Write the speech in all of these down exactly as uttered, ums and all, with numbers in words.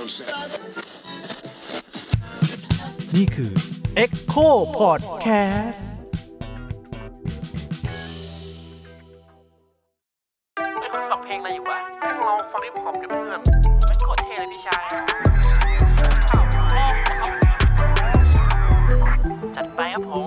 นี่คือ Echo Podcast ไม่คุณฟังเพลงอะไรอยู่วะแม่งลองฟังฮิปฮอปดิเพื่อนไม่โคตรเท่เลยพี่ชายจัดไปครับผม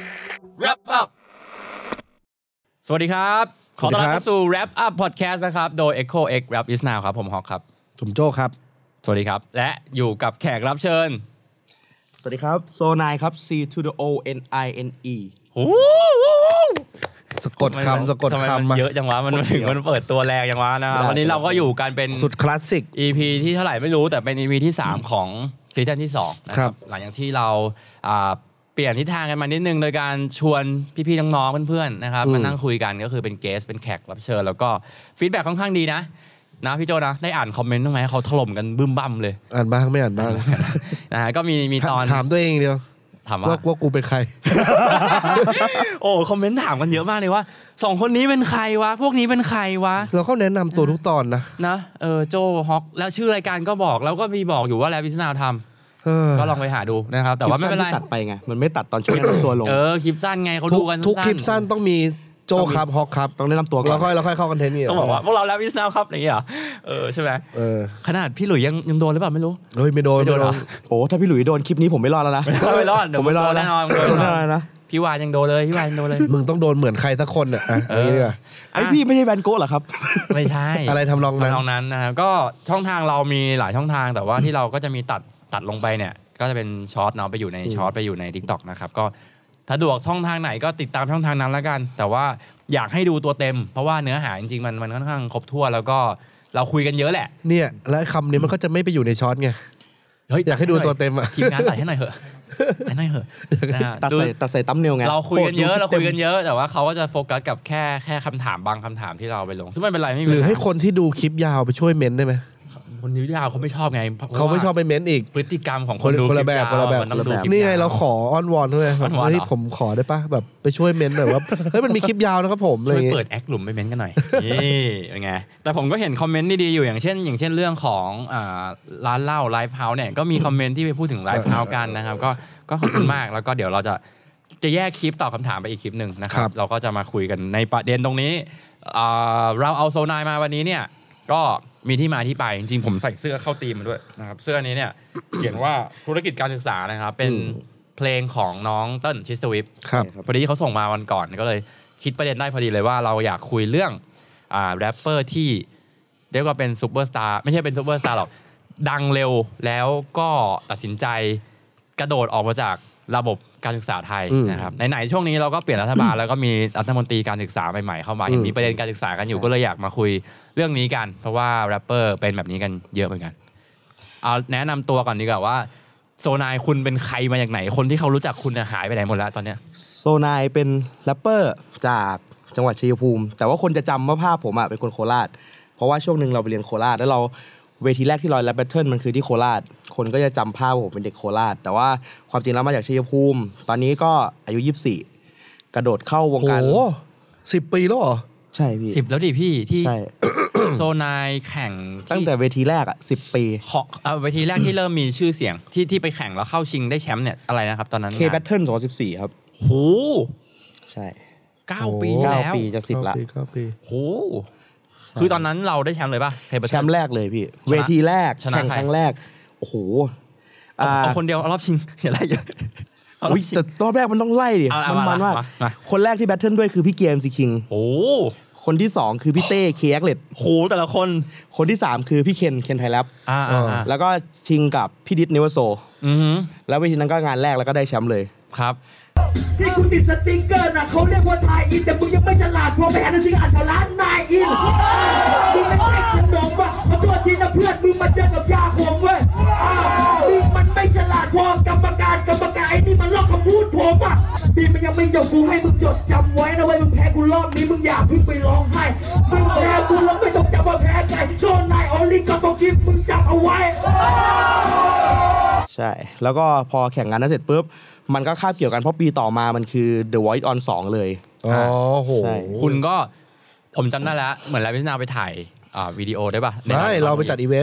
Wrap Up สวัสดีครับขอต้อนรับเข้าสู่ Wrap Up Podcast นะครับโดย Echo X Rap Is Now ครับผมฮอกครับผมโจ้ครับสวัสดีครับและอยู่กับแขกรับเชิญสวัสดีครับโซนายครับ C to the O N I N E โอ้สะกดคำสะกดคำมันเยอะจังวะมันถึงมันเปิดตัวแรงจังวะนะครับวันนี้เราก็อยู่กันเป็นสุดคลาสสิกอี พี ที่เท่าไหร่ไม่รู้แต่เป็น อี พี ที่สามของซีซั่นที่สองนะครับหลังจากที่เราเปลี่ยนทิศทางกันมานิดนึงโดยการชวนพี่ๆน้องๆเพื่อนๆนะครับมานั่งคุยกันก็คือเป็นเกสเป็นแขกรับเชิญแล้วก็ฟีดแบ็กค่อนข้างดีนะนะพี่โจนะได้อ่านคอมเมนต์บ้างไหมเขาถล่มกันบึ้มบั่มเลยอ่านบ้างไม่อ่านบ้างนะฮะก็มีมีตอนถามตัวเองเดียวถามว่าว่ากูเป็นใครโอ้คอมเมนต์ถามกันเยอะมากเลยว่าสองคนนี้เป็นใครวะพวกนี้เป็นใครวะเราก็แนะนำตัวทุกตอนนะนะเออโจฮอกแล้วชื่อรายการก็บอกแล้วก็มีบอกอยู่ว่าแล้วพิซซ่าทำก็ลองไปหาดูนะครับแต่ว่าไม่เป็นไรตัดไปไงมันไม่ตัดตอนช่วงแนะนำตัวลงเออคลิปสั้นไงเขาดูกันทุกคลิปสั้นต้องมีโจครับฮอกครับต้องแนะนำตัวก่อนแล้วค่อยแล้วค่อยเข้าคอนเทนต์นี่ต้องบอกว่าพวกเราแล้วพิซซ่าครับอะไรอย่างเงี้ยเออใช่ไหมเออขนาดพี่หลุยยังยังโดนหรือเปล่าไม่รู้เฮ้ยไม่โดนไม่โดนโอ้ถ้าพี่หลุยโดนคลิปนี้ผมไม่รอดแล้วนะไม่รอดผมไม่รอดแน่นอนโดนแน่นอนนะพี่วานยังโดนเลยพี่วานยังโดนเลยมึงต้องโดนเหมือนใครสักคนอ่ะอย่างนี้ดีกว่าไอพี่ไม่ใช่แวนโก้เหรอครับไม่ใช่อะไรทำนองนั้นทำนองนั้นนะครับก็ช่องทางเรามีหลายช่องทางแต่ว่าที่เราก็จะมีตัดตัดลงไปเนี่ยก็จะเป็นช็อตเนาะไปอยู่ในช็อตไปอยู่ใน TikTok นะครับก็ถ้าสะดวกช่องทางไหนก็ติดตามช่องทางนั้นแล้วกันแต่ว่าอยากให้ดูตัวเต็มเพราะว่าเนื้อหาจริงๆมันมันค่อนข้างครบถ้วนแล้วก็เราคุยกันเยอะแหละเนี่ยและคำนี้มันก็จะไม่ไปอยู่ในช็อตไงเฮ้ยอยากให้ดูตัวเต็มอ่ะทีมงานตัดให้หน่อยเหอะให้หน่อยเหอะตัดใส่ตัดใส่ตั้มเนียวไงเราคุยกันเยอะเราคุยกันเยอะแต่ว่าเขาก็จะโฟกัสกับแค่แค่คำถามบางคำถามที่เราไปลงซึ่งไม่เป็นไรไม่มีหรือให้คนที่ดูคลิปยาวไปช่วยเม้นได้ไหมคนดูยาวเขาไม่ชอบไงเขาไม่ชอบไปเม้นอีกพฤติกรรมของคนดูคนละแบบคนละแบบนี่ไงเราขออ้อนวอนด้วยเฮ้ยผมขอได้ปะแบบไปช่วยเม้นหน่อยว่าเฮ้ยมันมีคลิปยาวนะครับผมช่วยเปิดแอคหลุมไปเม้นกันหน่อยนี่เป็นไงแต่ผมก็เห็นคอมเมนต์ดีๆอยู่อย่างเช่นอย่างเช่นเรื่องของร้านเหล้าไลฟ์เฮาส์เนี่ยก็มีคอมเมนต์ที่ไปพูดถึงไลฟ์เฮาส์กันนะครับก็ก็ขอบคุณมากแล้วก็เดี๋ยวเราจะจะแยกคลิปตอบคำถามไปอีกคลิปนึงนะครับเราก็จะมาคุยกันในประเด็นตรงนี้เราเอาโซนายมาวันนี้เนี่ยก็มีที่มาที่ไปจริงๆผมใส่เสื้อเข้าธีมมาด้วยนะครับเสื้อนี้เนี่ยเขียนว่าธุรกิจการศึกษานะครับเป็นเพลงของน้องเติ้ลชิสวิฟพอดีเขาส่งมาวันก่อนก็เลยคิดประเด็นได้พอดีเลยว่าเราอยากคุยเรื่องอ่าแรปเปอร์ที่เรียกว่าเป็นซูเปอร์สตาร์ไม่ใช่เป็นซูเปอร์สตาร์หรอกดังเร็วแล้วก็ตัดสินใจกระโดดออกมาจากระบบการศึกษาไทยนะครับไหนๆช่วงนี้เราก็เปลี่ยนรัฐบาลแล้วก็มีรัฐมนตรีการศึกษาใหม่ๆเข้ามาเห็นมีประเด็นการศึกษากันอยู่ก็เลยอยากมาคุยเรื่องนี้กันเพราะว่าแรปเปอร์เป็นแบบนี้กันเยอะเหมือนกันเอาแนะนำตัวก่อนดีกว่าว่าโซนายคุณเป็นใครมาจากไหนคนที่เขารู้จักคุณหายไปไหนหมดแล้วตอนเนี้ยโซนายเป็นแรปเปอร์จากจังหวัดชัยภูมิแต่ว่าคนจะจำว่าภาพผมอ่ะเป็นคนโคราชเพราะว่าช่วงนึงเราไปเรียนโคราชแล้วเราเวทีแรกที่ลอยแรปแบทเทิลมันคือที่โคราชคนก็จะจำภาพผมเป็นเด็กโคราชแต่ว่าความจริงแล้วมาจากชัยภูมิตอนนี้ก็อายุยี่สิบสี่กระโดดเข้าวงการโอ้สิบปีแล้วเหรอใช่พี่สิบแล้วดิพี่ที่ใช่โซนายแข่งตั้งแต่เวทีแรกอ่ะสิบปีเอาเวทีแรกที่เริ่มมีชื่อเสียงที่ที่ไปแข่งแล้วเข้าชิงได้แชมป์เนี่ยอะไรนะครับตอนนั้น K Battle สองพันสิบสี่ครับโหใช่เก้าปีแล้วเก้าปีจะสิบละเก้าปีโหคือตอนนั้นเราได้แชมป์เลยป่ะแชมป์แรกเลยพี่เวทีแรกแข่งครั้งแรกโอ้โหเอาคนเดียวรอบชิงอย่าไล่เยอะอุ้ยแต่รอบแรกมันต้องไล่ดิมันมันว่าคนแรกที่แบทเทิลด้วยคือพี่เกมซีคิงโอ้คนที่สองคือพี่เต้เคแอคเลตโหแต่ละคนคนที่สามคือพี่เคนเคนไทยแรปแล้วก็ชิงกับพี่ดิสเนเวอร์โซแล้วเวทีนั้นก็งานแรกแล้วก็ได้แชมป์เลยครับที่คุณติดสติ๊กเกอร์น่ะเขาเรียกว่าทายอินแต่มึงยังไม่ฉลาดพอไปหาหนังสืออ่านล้านนายอินมึงไม่ใช่ขนมว่ะขอโทษทีนะเพื่อนมึงมาเจอกับยาขมเว้ยมึงมันไม่ฉลาดพอกรรมการกรรมการไอ้นี่มันลอกคำพูดผมอ่ะพี่มันยังไม่จบกูให้มึงจดจำไว้นะเว้ยมึงแพ้กูรอบนี้มึงอย่าเพิ่งไปร้องไห้มึงแพ้กูแล้วไม่ต้องจำว่าแพ้ใครโซนนายออลลี่กับบอกกิฟมึงจำเอาไว้ใช่แล้วก็พอแข่งงานนั้นเสร็จปุ๊บมันก็คาบเกี่ยวกันเพราะปีต่อมามันคือ The Voice on สองเลยอ๋อโหคุณก็ผมจำได้แล้วเหมือนไลฟ์พิซนาไปถ่ายวิดีโอได้ป่ะใช่เราไปจัดอีเวนต์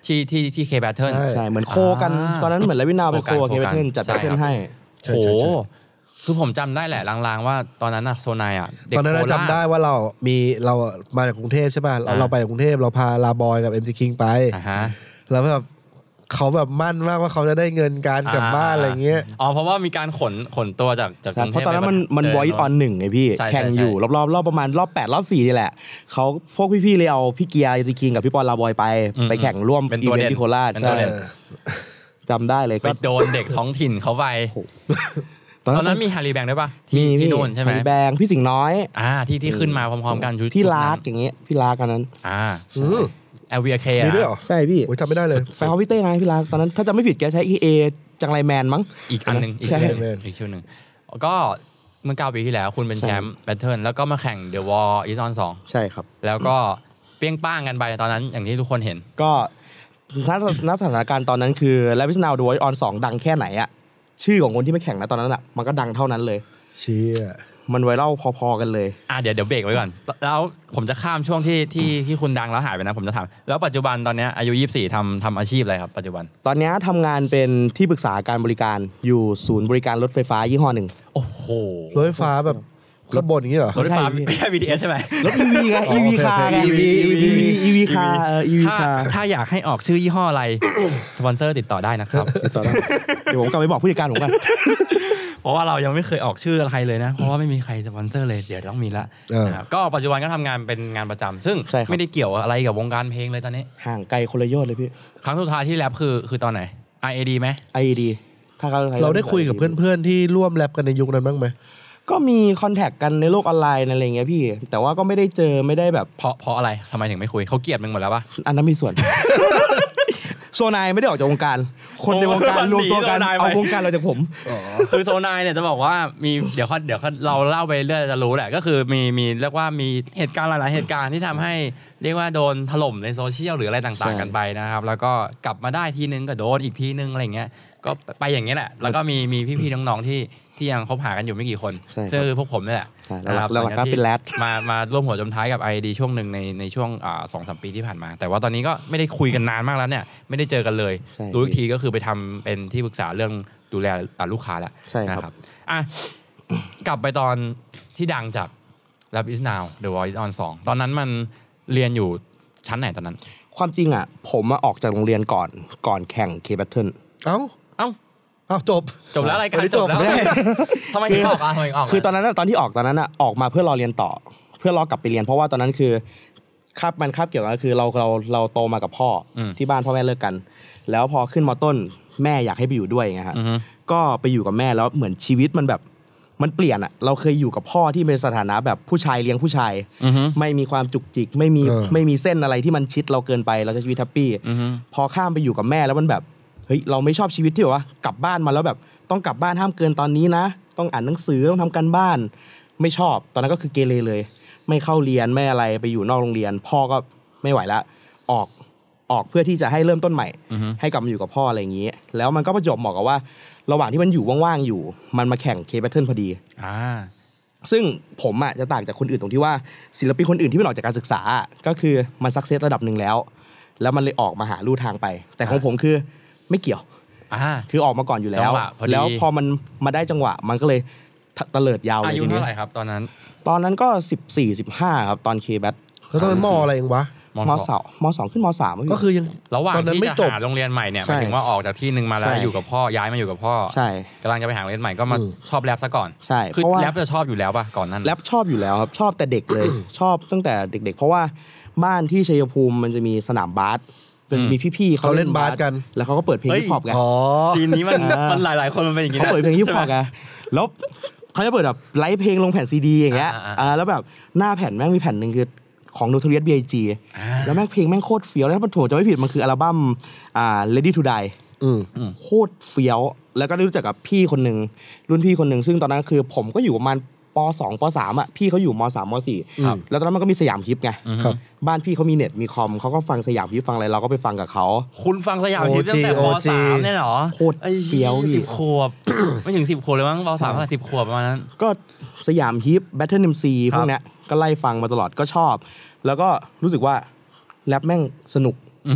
ที่ที่ที่เคแบทเทิลใช่เหมือนโคกันตอนนั้นเหมือนไลวินาวไปโคกับเคเบเทิลจัดแบทเทิลให้โหคือผมจำได้แหละลางๆว่าตอนนั้นอะโซนายอะเด็กตอนนั้นโคเราราชจำได้ว่าเรามีเรามาจากกรุงเทพใช่ป่ะเราอ่าเราไปจากกรุงเทพเราพาลาบอยกับ เอ็ม ซี King ไปอ่าฮะแล้วแบบเขาแบบมั่นมากว่าเขาจะได้เงินการกลับบ้านอะไรเงี้ยอ๋อเพราะว่ามีการขนขนตัวจากจากกรุงเพเทพราะตอนนั้นมันมันไป voice on หนึ่งไงพี่ใช่แข่งใช่อยู่รอบๆรอบประมาณรอบแปดรอบสี่นี่แหละเขาพวกพี่ๆเลยเอาพี่เกียร์ซีคิงกับพี่ปอนลาบอยไปอืมไปแข่งร่วมเป็นอีตัวเวนเด่นต์ที่โคราชเป็นตัวใช่เด่นจำได้เลยไปก็โดนเด็กท้องถิ่นเขาไปตอนนั้นมีฮารีแบงค์ด้วยป่ะที่ที่นู่นใช่ไหมแบงพี่สิงห์น้อยอ่าที่ที่ขึ้นมาพร้อมๆกันชุดพี่ชุดลานั้กนอย่างเงี้ยพี่ลากกันนั้นอ่าอืมแอลวีเคมีด้วยเหรอใช่พี่โอ้ยจำไม่ได้เลยไปเขาพี่เต้ไงพี่ลากตอนนั้นถ้าจำไม่ผิดแกใช้ อี เอ จังไรแมนมั้งอีกอันหนึ่งอีกใช่ชื่อหนึ่งอีกชื่อหนึ่งก็เมื่อเก้าปีที่แล้วคุณเป็นแชมป์แบทเทิลแล้วก็มาแข่งเดอะวอลอีซอนสองใช่ครับแล้วก็เปี้ยงป้างกันไปตอนนั้นอย่างที่ทุกคนเห็นก็ณณสถานการณ์ตอนนั้นคือแลวิสนาวดูไวออนสองดังแค่ไหนอะชื่อของคนที่ไม่แข่งนะตอนนั้นอะมันก็ดังเท่านั้นเลยเชี่ยมันไวรัลพอๆกันเลยอ่ะเดี๋ยวเดี๋ยวเบรกไว้ก่อน แล้วผมจะข้ามช่วงที่ที่ที่คุณดังแล้วหายไปนะผมจะถามแล้วปัจจุบันตอนเนี้ยอายุยี่สิบสี่ทำทำอาชีพอะไรครับปัจจุบันตอนนี้ทำงานเป็นที่ปรึกษาการบริการอยู่ศูนย์บริการรถไฟฟ้ายี่ห้อหนึ่งโอ้โหรถไฟฟ้าแบบรถบนอย่างเงี้ยเหรอรถไฟฟ้าไม่ไม่ใช่ใช่ บี ที เอส ใช่ไหมรถ อี วี ไงอ๋ออี วีโอเคคาร์โอเคไงอี วีอีอีวีวีอีวีคาร์เอออีวีถ้าคาร์ถ้าอยากให้ออกชื่อยี่ห้ออะไร สปอนเซอร์ติดต่อได้นะครับติดต่อได้เดี๋ยวผมกลับไปบอกผู้จัดการผมกันเพราะว่าเรายังไม่เคยออกชื่อใครเลยนะ เพราะว่าไม่มีใครสปอนเซอร์เลยเดี๋ยวต้องมีละเออนะครับก็ปัจจุบันก็ทำงานเป็นงานประจำซึ่งใช่ครับไม่ได้เกี่ยวอะไรกับวงการเพลงเลยตอนนี้ห่างไกลคนละยอดเลยพี่ครั้งสุดท้ายที่แรปคือคือตอนไหน ไอ เอ ดี ไหมไอดีถ้าเขาเราได้คุยกับเพื่อนๆที่ร่วมแรปกันในยุคนั้นบ้างไหมก็มีคอนแทคกันในโลกออนไลน์อะไรอย่างเงี้ยพี่ แต่ว่าก็ไม่ได้เจอไม่ได้แบบเพราะเพราะอะไรทำไมถึงไม่คุยเขาเกลียดมึงหมดแล้วปะอันนั้นมีส่วน โซนายไม่ได้ออกจากวงการ คนในวงการรวมตัวกันเอาวงการเราจากผมคือโซนายเนี่ยจะบอกว่ามีเดี๋ยวเขาเดี๋ยวเขาเราเล่าไปเรื่อยจะรู้แหละก็คือมีมีเรียกว่ามีเหตุการณ์หลายๆเหตุการณ์ที่ทำให้เรียกว่าโดนถล่มในโซเชียลหรืออะไรต่างๆกันไปนะครับแล้วก็กลับมาได้ทีนึงก็โดนอีกทีนึงอะไรเงี้ยก็ไปอย่างเงี้ยแหละแล้วก็มีมีพี่ๆน้องๆที่ที่ยังคบหากันอยู่ไม่กี่คนใช่ครับซึ่งคือพวกผมเนี่ยแหละใช่นะครับแล้วหลักๆก็เป็นแรดมามาร่วมหัวจมท้ายกับ ไอ ดี ช่วงหนึ่งในในช่วงอ่าสองสามปีที่ผ่านมา แต่ว่าตอนนี้ก็ไม่ได้คุยกันนานมากแล้วเนี่ยไม่ได้เจอกันเลยใช่รู้อีกทีก็คือไปทำเป็นที่ปรึกษาเรื่องดูแลลูกค้าแล้วใช่ครับนะครับอ่ะ กลับไปตอนที่ดังจาก Rap is Now The Voice on สองตอนนั้นมันเรียนอยู่ชั้นไหนตอนนั้นความจริงอ่ะผมมาออกจากโรงเรียนก่อนก่อนแข่ง K Battle เอ้าเอ้าเอ้าจบจบแล้วรายการไม่จจบบ แล้วไม่ได้ทำไมถึงออกอ่ะทำไมถึงออกะคือตอนนั้นอะตอนที่ออกตอนนั้นอะออกมาเพื่อรอเรียนต่อ เพื่อรอกลับไปเรียน เพราะว่าตอนนั้นคือคาบมันคาบเกี่ยวกันก็คือเราเราเราโตมากับพ่ออมที่บ้านพ่อแม่เลิกกัน แล้วพอขึ้นมต้นแม่อยากให้ไปอยู่ด้วยไงฮะอือฮึก็ไปอยู่กับแม่แล้วเหมือนชีวิตมันแบบมันเปลี่ยนอะเราเคยอยู่กับพ่อที่เป็นสถานะแบบผู้ชายเลี้ยงผู้ชายอือฮึไม่มีความจุกจิกไม่มีเออไม่มีเส้นอะไรที่มันชิดเราเกินไปเราใช้ชีวิตแฮปปี้อือฮึพอข้ามไปอยู่กับแม่แล้วมันแบบเฮ้ยเราไม่ชอบชีวิตที่แบบว่ากลับบ้านมาแล้วแบบต้องกลับบ้านห้ามเกินตอนนี้นะ ต้องอ่านหนังสือต้องทำการบ้าน ไม่ชอบตอนนั้นก็คือเกเรเลย ไม่เข้าเรียนไม่อะไรไปอยู่นอกโรงเรียน พ่อก็ไม่ไหวละออกออกเพื่อที่จะให้เริ่มต้นใหม่อือฮึให้กลับมาอยู่กับพ่ออะไรอย่างนี้ แล้วมันก็ประจวบเหมาะกับว่า ระหว่างที่มันอยู่ว่างๆอยู่ มันมาแข่งเคแบทเทิลพอดีอ่าซึ่งผมอ่ะจะต่างจากคนอื่นตรงที่ว่าศิลปินคนอื่นที่ไม่ออกจากการศึกษา ก็คือมันซักเซสระดับหนึ่งแล้ว แล้วมันเลยออกมาหาลู่ทางไป แต่ของผมคือไม่เกี่ยวอ่าคือออกมาก่อนอยู่แล้วจังหวะพอดีแล้วพอมันมาได้จังหวะ มันก็เลยตะเลิดยาวเลอาย ยุทีนี้เท่าไหร่ครับตอนนั้นตอนนั้นก็สิบสี่ สิบห้าครับตอนเคแบทแล้วตอนนั้นมออะไรเองวะมมสสออง งมสองขึ้นมสามก็คือยังระหว่างตอนนั้นที่ไม่จจะบหาโรงเรียนใหม่เนี่ยหใช่มายถึงว่าออกจากที่หนึ่งมาแล้วใช่อยู่กับพ่อย้ายมาอยู่กับพ่อใช่กำลังจะไปหาโรงเรียนใหม่ก็มาอืมชอบแรปซะก่อนใช่คือเพราะว่าแรปจะชอบอยู่แล้วป่ะก่อนนั้นแรปชอบอยู่แล้วครับชอบแต่เด็กเลย ชอบตั้งแต่เด็ก ๆ เพราะว่าบ้านที่ชัยภูมิมันจะมีสนามบาสเป็นมีพี่ๆเขาเขาเล่นบาสกันแล้วเขาก็เปิดเพลงเฮ้ยฮิปฮอปไงอ๋อซีนนี้มันอ่ามัมันหลายๆคนมันเป็นอย่างนี้เขานะเปิดเพลงฮิปฮอปไงแล้วเขาจะเปิดแบบไลฟ์เพลงลงแผ่นซีดีอย่างเงี้ยอ่าอ่าอ่าแล้วแบบหน้าแผ่นแม่งมีแผ่นหนึ่งคือของ Notorious บี ไอ จีอ่าแล้วแม่งเพลงแม่งโคตรเฟี้ยวแล้วถ้ามันถูกจะไม่ผิดมันคืออัลบั้มอ่า Ready to Die อืมโคตรเฟี้ยวแล้วก็ได้รู้จักกับพี่คนหนึ่งรุ่นพี่คนหนึ่งซึ่งตอนนั้นคือผมก็อยู่ประมาณปสองปสามอ่ะพี่เขาอยู่มสามมสี่ครับแล้วตอนนั้นมันก็มีสยามฮิปไงครับบ้านพี่เขามีเน็ตมีคอมเขาก็ฟังสยามฮิปฟังอะไรเราก็ไปฟังกับเขาคุณฟังสยามฮิปตั้งแต่ปโอ จีสามเนี่ยเหรอโคตรเฟี้ยวพี่สิบขวบ ไม่ถึงสิบขวบเลยมั้งปสามเท่าไหร่สิบขวบประมาณนั้นก็สยามฮิปแบทเทิลเอ็มซีคพรับวกเนี้ยก็ไล่ฟังมาตลอดก็ชอบ แล้วก็รู้สึกว่าแรปแม่งสนุกอือฮึ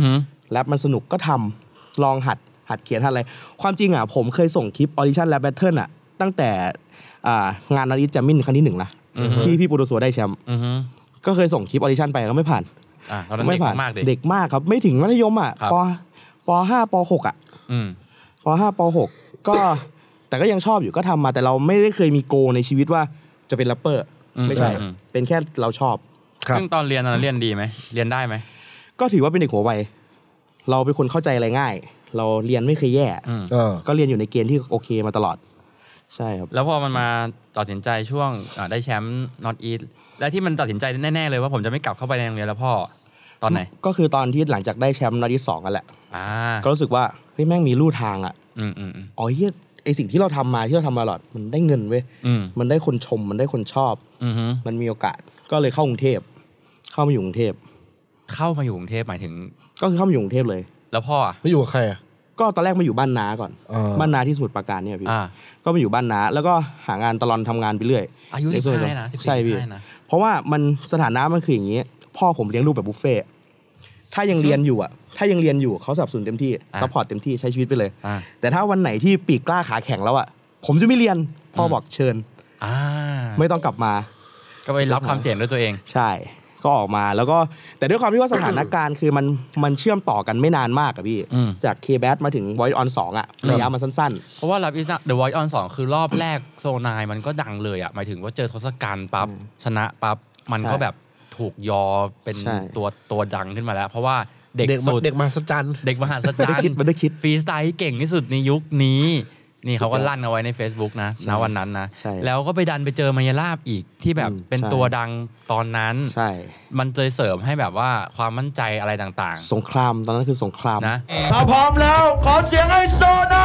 แรปมันสนุกก็ทำลองหัดหัดเขียนหัดอะไรความจริงอ่ะผมเคยส่งคลิปออดิชั่นแรปแบทเทิลอ่ะตั้งแต่อ่างานนาริสจามินครั้งที่หนึ่งนะที่พี่ปูโดซัวได้แชมป์ก็เคยส่งคลิปออดิชั่นไปก็ไม่ผ่านอ่าตอนนั้นเด็กมากๆเด็กมากครับไม่ถึงมัธยมอ่ะปปห้าปหกอ่ะปห้าปหกก็แต่ก็ยังชอบอยู่ก็ทำมาแต่เราไม่ได้เคยมีโกในชีวิตว่าจะเป็นแรปเปอร์ไม่ใช่เป็นแค่เราชอบซึ่งตอนเรียนตอนเรียนดีไหมเรียนได้ไหมก็ถือว่าเป็นเด็กหัวไวเราเป็นคนเข้าใจอะไรง่ายเราเรียนไม่เคยแย่ก็เรียนอยู่ในเกณฑ์ที่โอเคมาตลอดใช่ครับแล้วพอมันมาตัดสินใจช่วงได้แชมป์ North East และที่มันตัดสินใจแน่ๆเลยว่าผมจะไม่กลับเข้าไปในโรงเรียนแล้วพ่อตอนไหนก็คือตอนที่หลังจากได้แชมป์ North East สองกันแหละก็รู้สึกว่าเฮ้ยแม่งมีลู่ทางอ่ะอ๋อเฮ้ยไอสิ่งที่เราทำมาที่เราทำมาตลอดมันได้เงินเว้ยมันได้คนชมมันได้คนชอบมันมีโอกาสก็เลยเข้ากรุงเทพเข้ามาอยู่กรุงเทพเข้ามาอยู่กรุงเทพหมายถึงก็คือเข้ามาอยู่กรุงเทพเลยแล้วพ่ออ่ะไม่อยู่กับใครอ่ะก็ตอนแรกมาอยู่บ้านน้าก่อนบ้านน้าที่สมุทรปราการเนี่ยพี่ก็มาอยู่บ้านน้าแล้วก็หางานตลอดทำงานไปเรื่อยอายุสิบห้านะใช่พี่เพราะว่ามันสถานะมันคืออย่างนี้พ่อผมเลี้ยงลูกแบบบุฟเฟ่ถ้ายังเรียนอยู่อ่ะถ้ายังเรียนอยู่เขาสนับสนุนเต็มที่ซัพพอร์ตเต็มที่ใช้ชีวิตไปเลยแต่ถ้าวันไหนที่ปีกกล้าขาแข็งแล้วอ่ะผมจะไม่เรียนพ่อบอกเชิญไม่ต้องกลับมาก็ไปรับความเสี่ยงด้วยตัวเองใช่ก็ออกมาแล้วก็แต่ด้วยความที่ว่าสถานการณ์คือมันมันเชื่อมต่อกันไม่นานมากอะพี่จาก K-Bass มาถึง Voice On สองอ่ะระยะมันสั้นๆเพราะว่า Love Is The Voice On สองคือรอบแรกโซนายมันก็ดังเลยอ่ะหมายถึงว่าเจอทศกัณฐ์ปั๊บชนะปั๊บมันก็แบบถูกยอเป็นตัวตัวดังขึ้นมาแล้วเพราะว่าเด็กสุดเด็กมหัศจรรย์เด็กมหัศจรรย์มันได้คิดฟรีสไตล์เก่งที่สุดในยุคนี้นี่เขาก็ลั่นเอาไว้ใน Facebook นะณวันนั้นนะแล้วก็ไปดันไปเจอมายาลาบอีกที่แบบเป็นตัวดังตอนนั้นใช่มันเลยเสริมให้แบบว่าความมั่นใจอะไรต่างๆสงครามตอนนั้นคือสงครามนะถ้าพร้อมแล้วขอเสียงให้โซนา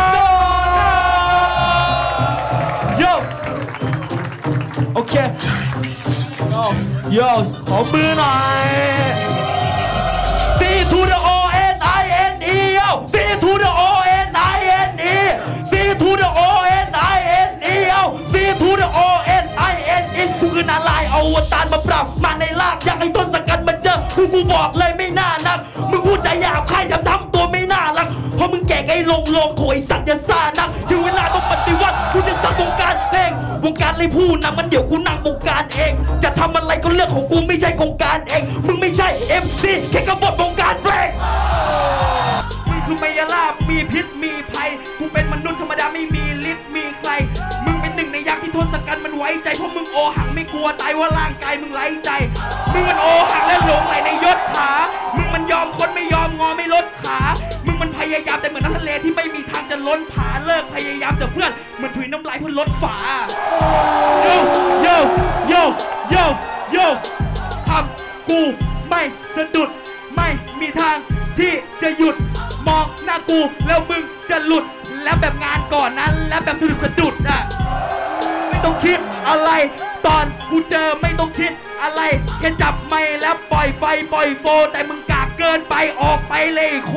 โยโอเคโยขอมือหน่อย C to the O N I N E โย C to the O N I N E C to the O N I N E โย C to the O N I N E กูคือนาลายเอาอวตารมาปรับมาในลากอยากให้ทศกัณฐ์มันเจอกูกูบอกเลยไม่น่านักมึงพูดใจหยาบคายทำทำตัวไม่น่ารักเพราะมึงแก่ไอ้ลงลงโถยสัตว์จะซ่านักถึงเวลาต้องปฏิวัติกูจะสั่งวงการเพลงวงการเลยผู้นำมันเดี๋ยวกูนั่งวงการเองจะทำอะไรก็เรื่องของกูไม่ใช่โครงการเองมึงไม่ใช่ เอ็ม ซี แค่กบฏวงการเพลงมึงคือมายาลาบมีพิษมีภัยกูเป็นมนุษย์ธรรมดาไม่มีฤทธิ์มีใครมึงเป็นหนึ่งในยักษ์ที่ทศกัณฐ์มันไว้ใจเพราะมึงโอหังไม่กลัวตายว่าร่างกายมึงไร้ใจมึงมันโอหังและหลงไหลในยศถามึงมันยอมคนไม่ยอมงอไม่ลดขามึงมันพยายามแต่เหมือนน้ำทะเลที่ไม่มีทางจะล้นผาเลิกพยายามแต่เพื่อนมันถุยน้ำลายเพื่อลดฝาโยโยโยโยโยทำกูไม่สะดุดไม่มีทางที่จะหยุดมองหน้ากูแล้วมึงจะหลุดแล้วแบบงานก่อนนั้นแล้วแบบสะดุดสะดุดอ่ะไม่ต้องคิดอะไรตอนกูเจอไม่ต้องคิดอะไรแค่จับไม่แล้วปล่อยไฟปล่อยโฟแต่มึงกากเกินไปออกไปเลยโค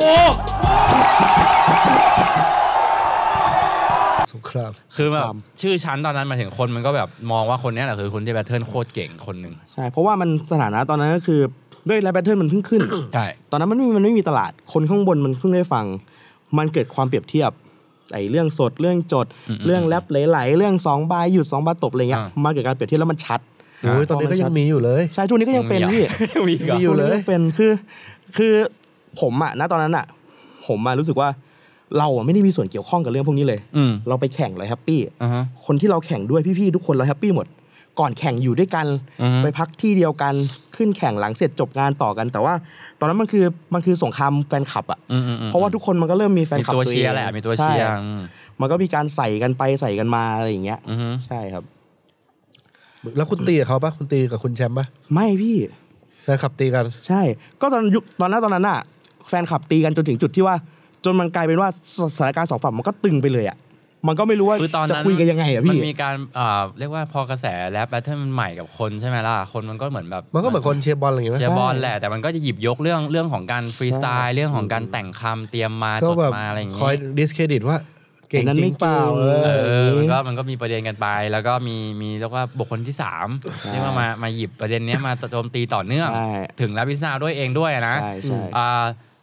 สงครามคือแบบชื่อชั้นตอนนั้นมาถึงคนมันก็แบบมองว่าคนนี้แหละคือคนที่แบทเทิลโคตรเก่งคนหนึ่งใช่เพราะว่ามันสถานะตอนนั้นก็คือด้วยแรปแบทเทิลมันเพิ่งขึ้นใช่ตอนนั้นมันไม่มันไม่มีตลาดคนข้างบนมันเพิ่งได้ฟังมันเกิดความเปรียบเทียบไอ้เรื่องสดเรื่องจดเรื่องแรปไหลๆเรื่องสองบายหยุดสองบาตบอะไรเงี้ยมาเกิดการเปรียบเทียบแล้วมันชัดโอ้ยตอนนี้ก็ยังมีอยู่เลยใช่ทุกนี้ก็ยังเป็นพี่มีอยู่เลยเป็นคือคือผมอะณตอนนั้นอะผมมารู้สึกว่าเราอะไม่ได้มีส่วนเกี่ยวข้องกับเรื่องพวกนี้เลยเราไปแข่งเราแฮปปี้คนที่เราแข่งด้วยพี่ๆทุกคนเราแฮปปี้หมดก่อนแข่งอยู่ด้วยกันไปพักที่เดียวกันขึ้นแข่งหลังเสร็จจบงานต่อกันแต่ว่าตอนนั้นมันคือมันคือสงครามแฟนคลับอ่ะเพราะว่าทุกคนมันก็เริ่มมีแฟนคลับตัวเชียร์แหละมีตัวเชียร์มันก็มีการใส่กันไปใส่กันมาอะไรอย่างเงี้ยใช่ครับแล้วคุณตีกับเขาปะคุณตีกับคุณแชมป์ปะไม่พี่แฟนคลับตีกันใช่ก็ตอนยุคตอนนั้นตอนนั้นอ่ะแฟนคลับตีกันจนถึงจุดที่ว่าจนมันกลายเป็นว่าสถานการณ์สองฝั่งมันก็ตึงไปเลยอ่ะมันก็ไม่รู้ว่าจะคุยกันยังไงอ่ะพี่มันมีการอ่าเรียกว่าพอกระแสแรปแบทเทิลมันใหม่กับคนใช่ไหมล่ะคนมันก็เหมือนแบบมันก็เหมือนคนเชียร์บอลอะไรอย่างเงี้ยเชียร์บอลแหละแต่มันก็จะหยิบยกเรื่องเรื่องของการฟรีสไตล์เรื่องของการแต่งคำเตรียมมาจดมาอะไรอย่างเงี้ยคอยดิสเครดิตว่าเก่งจริงเปล่าเออมันก็มันก็มีประเด็นกันไปแล้วก็มีมีเรียกว่าบุคคลที่สามที่มามามาหยิบประเด็นนี้มาโจมตีต่อเนื่องถึงแรปพิซซ่าด้วยเองด้วยนะใช่ใช่อ่า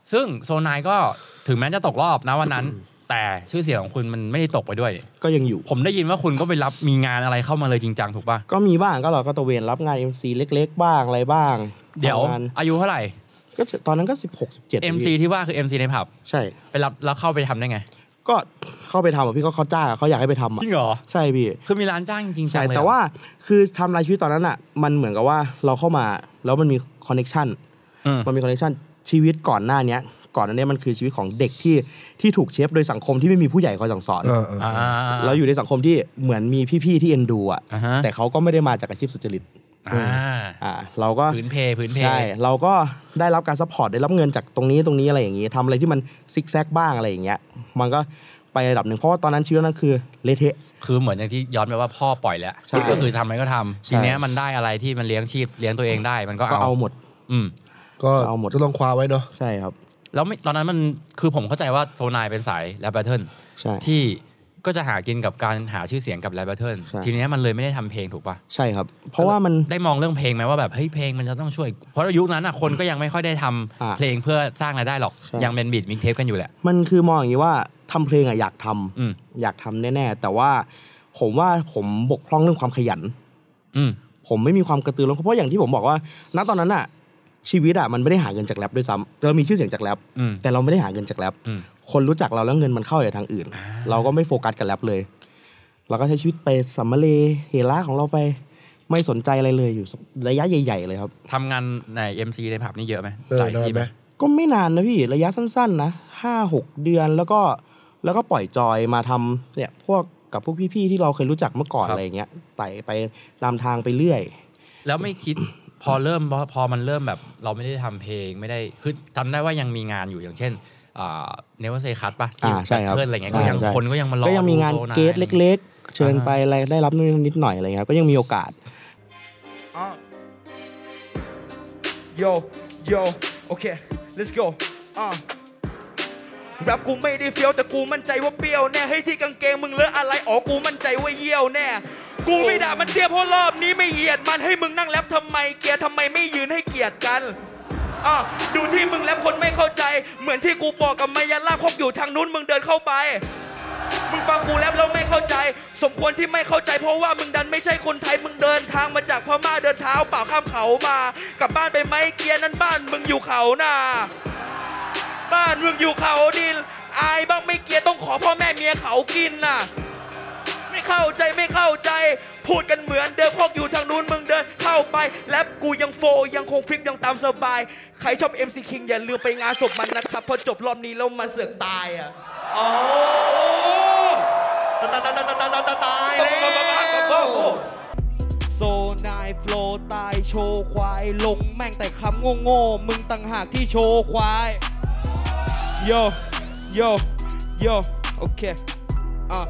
ซึ่งโซนายก็ถึงแม้จะตกรอบนะวันนั้น แต่ชื่อเสียงของคุณมันไม่ได้ตกไปด้วยก็ยังอยู่ผมได้ยินว่าคุณก็ไปรับมีงานอะไรเข้ามาเลยจริงจังถูกป่ะก็มีบ้างก็เราก็ตะเวนรับงาน เอ็ม ซี เล็กๆบ้างอะไรบ้างเดี๋ยวอายุเท่าไหร่ก็ตอนนั้นก็สิบหก สิบเจ็ดเอ็ม ซี ที่ว่าคือ เอ็ม ซี ในผับใช่ไปรับแล้วเข้าไปทำได้ไงก็เข้าไปทำอ่ะพี่ก็เขาจ้างเขาอยากให้ไปทำอ่ะจริงเหรอใช่พี่คือมีร้านจ้างจริงๆใช่แต่ว่าคือทำรายชีวิตตอนนั้นอ่ะมันเหมือนกับว่าเราเข้ามาแล้วมันมีคอนเนคชั่นมันมีคอนเนคชั่นชีวิตก่อนหน้านี้ก่อนหน้านี้มันคือชีวิตของเด็กที่ที่ถูกเชฟโดยสังคมที่ไม่มีผู้ใหญ่คอยสั่งสอนเราอยู่ในสังคมที่เหมือนมีพี่ๆที่เอ็นดูอ่ะแต่เขาก็ไม่ได้มาจากอาชีพสุจริตอ่าเราก็พื้นเพพื้นเพใช่เราก็ได้รับการซัพพอร์ตได้รับเงินจากตรงนี้ตรงนี้อะไรอย่างงี้ทำอะไรที่มันซิกแซกบ้างอะไรอย่างเงี้ยมันก็ไประดับหนึ่งเพราะว่าตอนนั้นชีวิตนั้นคือเละเทะคือเหมือนอย่างที่ย้อนไปว่าพ่อปล่อยแล้วก็คือทำอะไรก็ทำทีนี้มันได้อะไรที่มันเลี้ยงชีพเลี้ยงตัวเองได้มันก็เอาหมดอืมก็เอาหมดจะลองคว้าไว้เนาะใช่ครับแล้วตอนนั้นมันคือผมเข้าใจว่าโซนายเป็นสายแรปแบทเทิลที่ก็จะหากินกับการหาชื่อเสียงกับแรปแบทเทิลทีนี้มันเลยไม่ได้ทำเพลงถูกป่ะใช่ครับเพราะว่ามันได้มองเรื่องเพลงไหมว่าแบบเฮ้ยเพลงมันจะต้องช่วยเพราะยุคนั้นอ่ะคนก็ยังไม่ค่อยได้ทำเพลงเพื่อสร้างรายได้หรอกยังเป็นบีทมิกเทปกันอยู่แหละมันคือมองอย่างนี้ว่าทำเพลงอ่ะอยากทำอยากทำแน่ๆแต่ว่าผมว่าผมบกพร่องเรื่องความขยันผมไม่มีความกระตือรือร้นเพราะอย่างที่ผมบอกว่าณตอนนั้นอ่ะชีวิตอ่ะมันไม่ได้หาเงินจากแรปด้วยซ้ำเรามีชื่อเสียงจากแรปแต่เราไม่ได้หาเงินจากแรปคนรู้จักเราแล้วเงินมันเข้าจากทางอื่นเราก็ไม่โฟกัสกับแรปเลยเราก็ใช้ชีวิตไปสัมมาเลเฮล่าของเราไปไม่สนใจอะไรเลยอยู่ระยะใหญ่ๆเลยครับทำงานใน เอ็ม ซี ในผับนี่เยอะไหมหลายที่ไหมก็ไม่นานนะพี่ระยะสั้นๆนะห้าหกเดือนแล้วก็แล้วก็ปล่อยจอยมาทำเนี่ยพวกกับพวกพี่ๆที่เราเคยรู้จักเมื่อก่อนอะไรเงี้ยไต่ไปตามทางไปเรื่อยแล้วไม่คิดพอเริ่มพอมันเริ่มแบบเราไม่ได้ทำเพลงไม่ได้คือจำได้ว่ายังมีงานอยู่อย่างเช่นเนเวอร์เซคัสป่ะที่เพื่อนอะไรเงี้ยก็ยังคนก็ยังมารอก็ยังมีงานเกสเล็กๆเชิญไปอะไรได้รับนิดหน่อยอะไรเงี้ยก็ยังมีโอกาสโยโยโอเค let's go อ่ะแบบกูไม่ได้เฟี้ยวแต่กูมั่นใจว่าเปรี้ยวแน่เฮ้ยที่กางเกงมึงเลอะอะไรอ๋อกูมั่นใจว่าเยี่ยวแน่กูไม่ด่ามันเตี้ยเพราะรอบนี้ไม่เหยียดมันให้มึงนั่งแรปทำไมเกียร์ทำไมไม่ยืนให้เกียรติกันอ่ะดูที่มึงแรปคนไม่เข้าใจเหมือนที่กูบอกกับมายาลาพกอยู่ทางนู้นมึงเดินเข้าไปมึงฟังกูแรปแล้วไม่เข้าใจสมควรที่ไม่เข้าใจเพราะว่ามึงดันไม่ใช่คนไทยมึงเดินทางมาจากพม่าเดินเท้าเปล่าข้ามเขามากลับบ้านไปไหมเกียร์นั้นบ้านมึงอยู่เขาน่ะบ้านมึงอยู่เขาดินอายบ้างไม่เกียร์ต้องขอพ่อแม่เมียเขากินน่ะไม่เข้าใจไม่เข้าใจพูดกันเหมือนเดิมพอกอยู่ทางนู้นมึงเดินเข้าไปแรปกูยังโฟยังคงฟิกยังตามสบายใครชอบ เอ็ม ซี King อย่าลืมไปงานศพมันนะครับพอจบรอบนี้แล้วมาเสือกตายอ่ะอ๋อตายตายตายตายตายตายตายแล้วโซนายโฟลตายโชว์ควายลงแม่งแต่คำโง่ๆมึงต่างหากที่โชว์ควายโยโยโยโอเคอ่ะ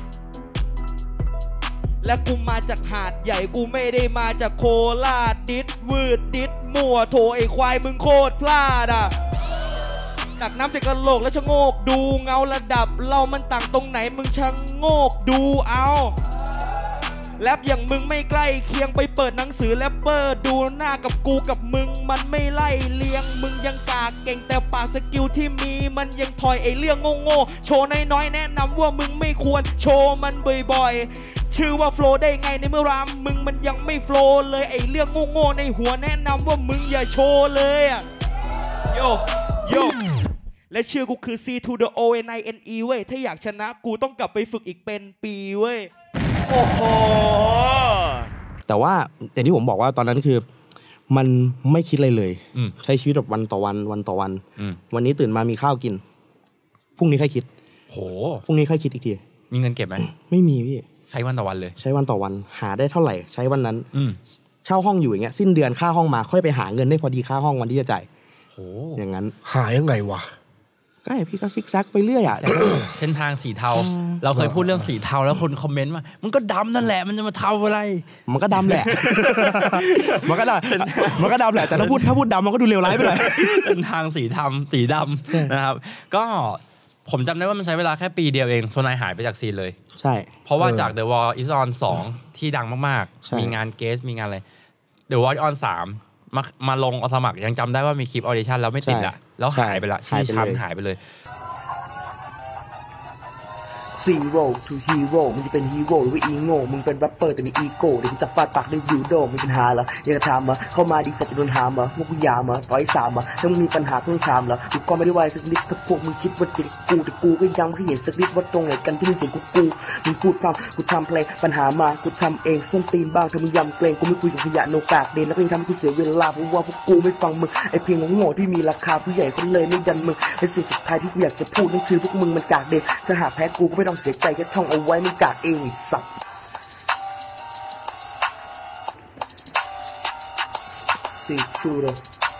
และกูมาจากหาดใหญ่กูไม่ได้มาจากโคราชดิดวืดดิดมั่วโถไอควายมึงโคตรพลาดอ่ะตักน้ำจากกระโหลกแล้วชะโงกดูเงาระดับเรามันต่างตรงไหนมึงชะโงกดูเอาแรปอย่างมึงไม่ใกล้เคียงไปเปิดหนังสือแรปเปอร์ดูหน้ากับกูกับมึงมันไม่ไล่เลียงมึงยังกากเก่งแต่ปากสกิลที่มีมันยังถอยไอเรื่องโง่ๆโชว์น้อยๆแนะนำว่ามึงไม่ควรโชว์มันบ่อยๆชื่อว่าโฟลว์ได้ไงในเมื่อรามมึงมันยังไม่โฟลว์เลยไอเรื่องโง่ๆในหัวแนะนำว่ามึงอย่าโชว์เลยอ่ะโยโยและชื่อกูคือ C to the O N I N E เว้ยถ้าอยากชนะกูต้องกลับไปฝึกอีกเป็นปีเว้ยโอ้โหแต่ว่าแต่ที่ผมบอกว่าตอนนั้นคือมันไม่คิดอะไรเลยใช้ชีวิตแบบวันต่อวันวันต่อวันวันนี้ตื่นมามีข้าวกินพรุ่งนี้ค่อยคิดโหพรุ่งนี้ค่อยคิดอีกทีมีเงินเก็บไหมไม่มีพี่ใช้วันต่อวันเลยใช้วันต่อวันหาได้เท่าไหร่ใช้วันนั้นเช่าห้องอยู่อย่างเงี้ยสิ้นเดือนค่าห้องมาค่อยไปหาเงินได้พอดีค่าห้องวันที่จะจ่ายโหอย่างนั้นหายังไงวะก็ไอพี่ก็ซิกแซกไปเรื่อยอ่ะเส้นทางสีเทาเราเคยพูดเรื่องสีเทาแล้วคนคอมเมนต์ว่ามันก็ดำนั่นแหละมันจะมาเทาอะไรมันก็ดำแหละมันก็ดำมันก็ดำแหละแต่ถ้าพูดถ้าพูดดำมันก็ดูเลวร้ายไปเลยเส้นทางสีดำสีดำนะครับก็ผมจำได้ว่ามันใช้เวลาแค่ปีเดียวเองโซนายหายไปจากซีนเลยใช่เพราะว่าจาก The War is on สองที่ดังมากๆมีงานเกสมีงานอะไร The War is on สามมามาลงอสมัครยังจำได้ว่ามีคลิปออดิชั่นแล้วไม่ติดอ่ะแล้วหายไปละชื่อชั้นหายไปเลย Zero to hero มึงจะเป็นฮีโร่หรือว่าอีโง่มึงเป็นแรปเปอร์แต่มีอีโก้เดี๋ยวมึงจะฟาดปากด้วยยูโดมีปัญหาเหรออยากจะถามเหรอเข้ามาดีสัตว์จะโดนหามเหรอพวกกูยามเหรอต่อยสามเหรอถ้ามึงมีปัญหาเพิ่งถามเหรอกูก็ไม่ได้วายสักนิดถ้าพวกมึงคิดว่าจริงกูแต่กูก็ยังไม่เห็นสักนิดว่าตรงไหนกันที่มึงเห็นกูกูมึงพูดฟังกูทำเพลงปัญหามากูทำเองส้นตีนบ้างถ้ามึงยำเกรงกูไม่คุยกับขยะโนกากเดนแล้วก็ยังทำให้กูเสียเวลาเพราะว่าพวกกูไม่ฟังมึงไอเพลงโง่ที่มีราคาผู้ใหญ่คนเลยไม่ยันมึงเป็นสิ่งสุดท้ายที่กูอยากจะพูดนั่นคือพวกมึงมันกากเดนถ้าหากแพ้กูก็ไม่ต้องเสียใจแค่ท่องเอาไว้มึงกากเองสัตว์สี่ชูเลย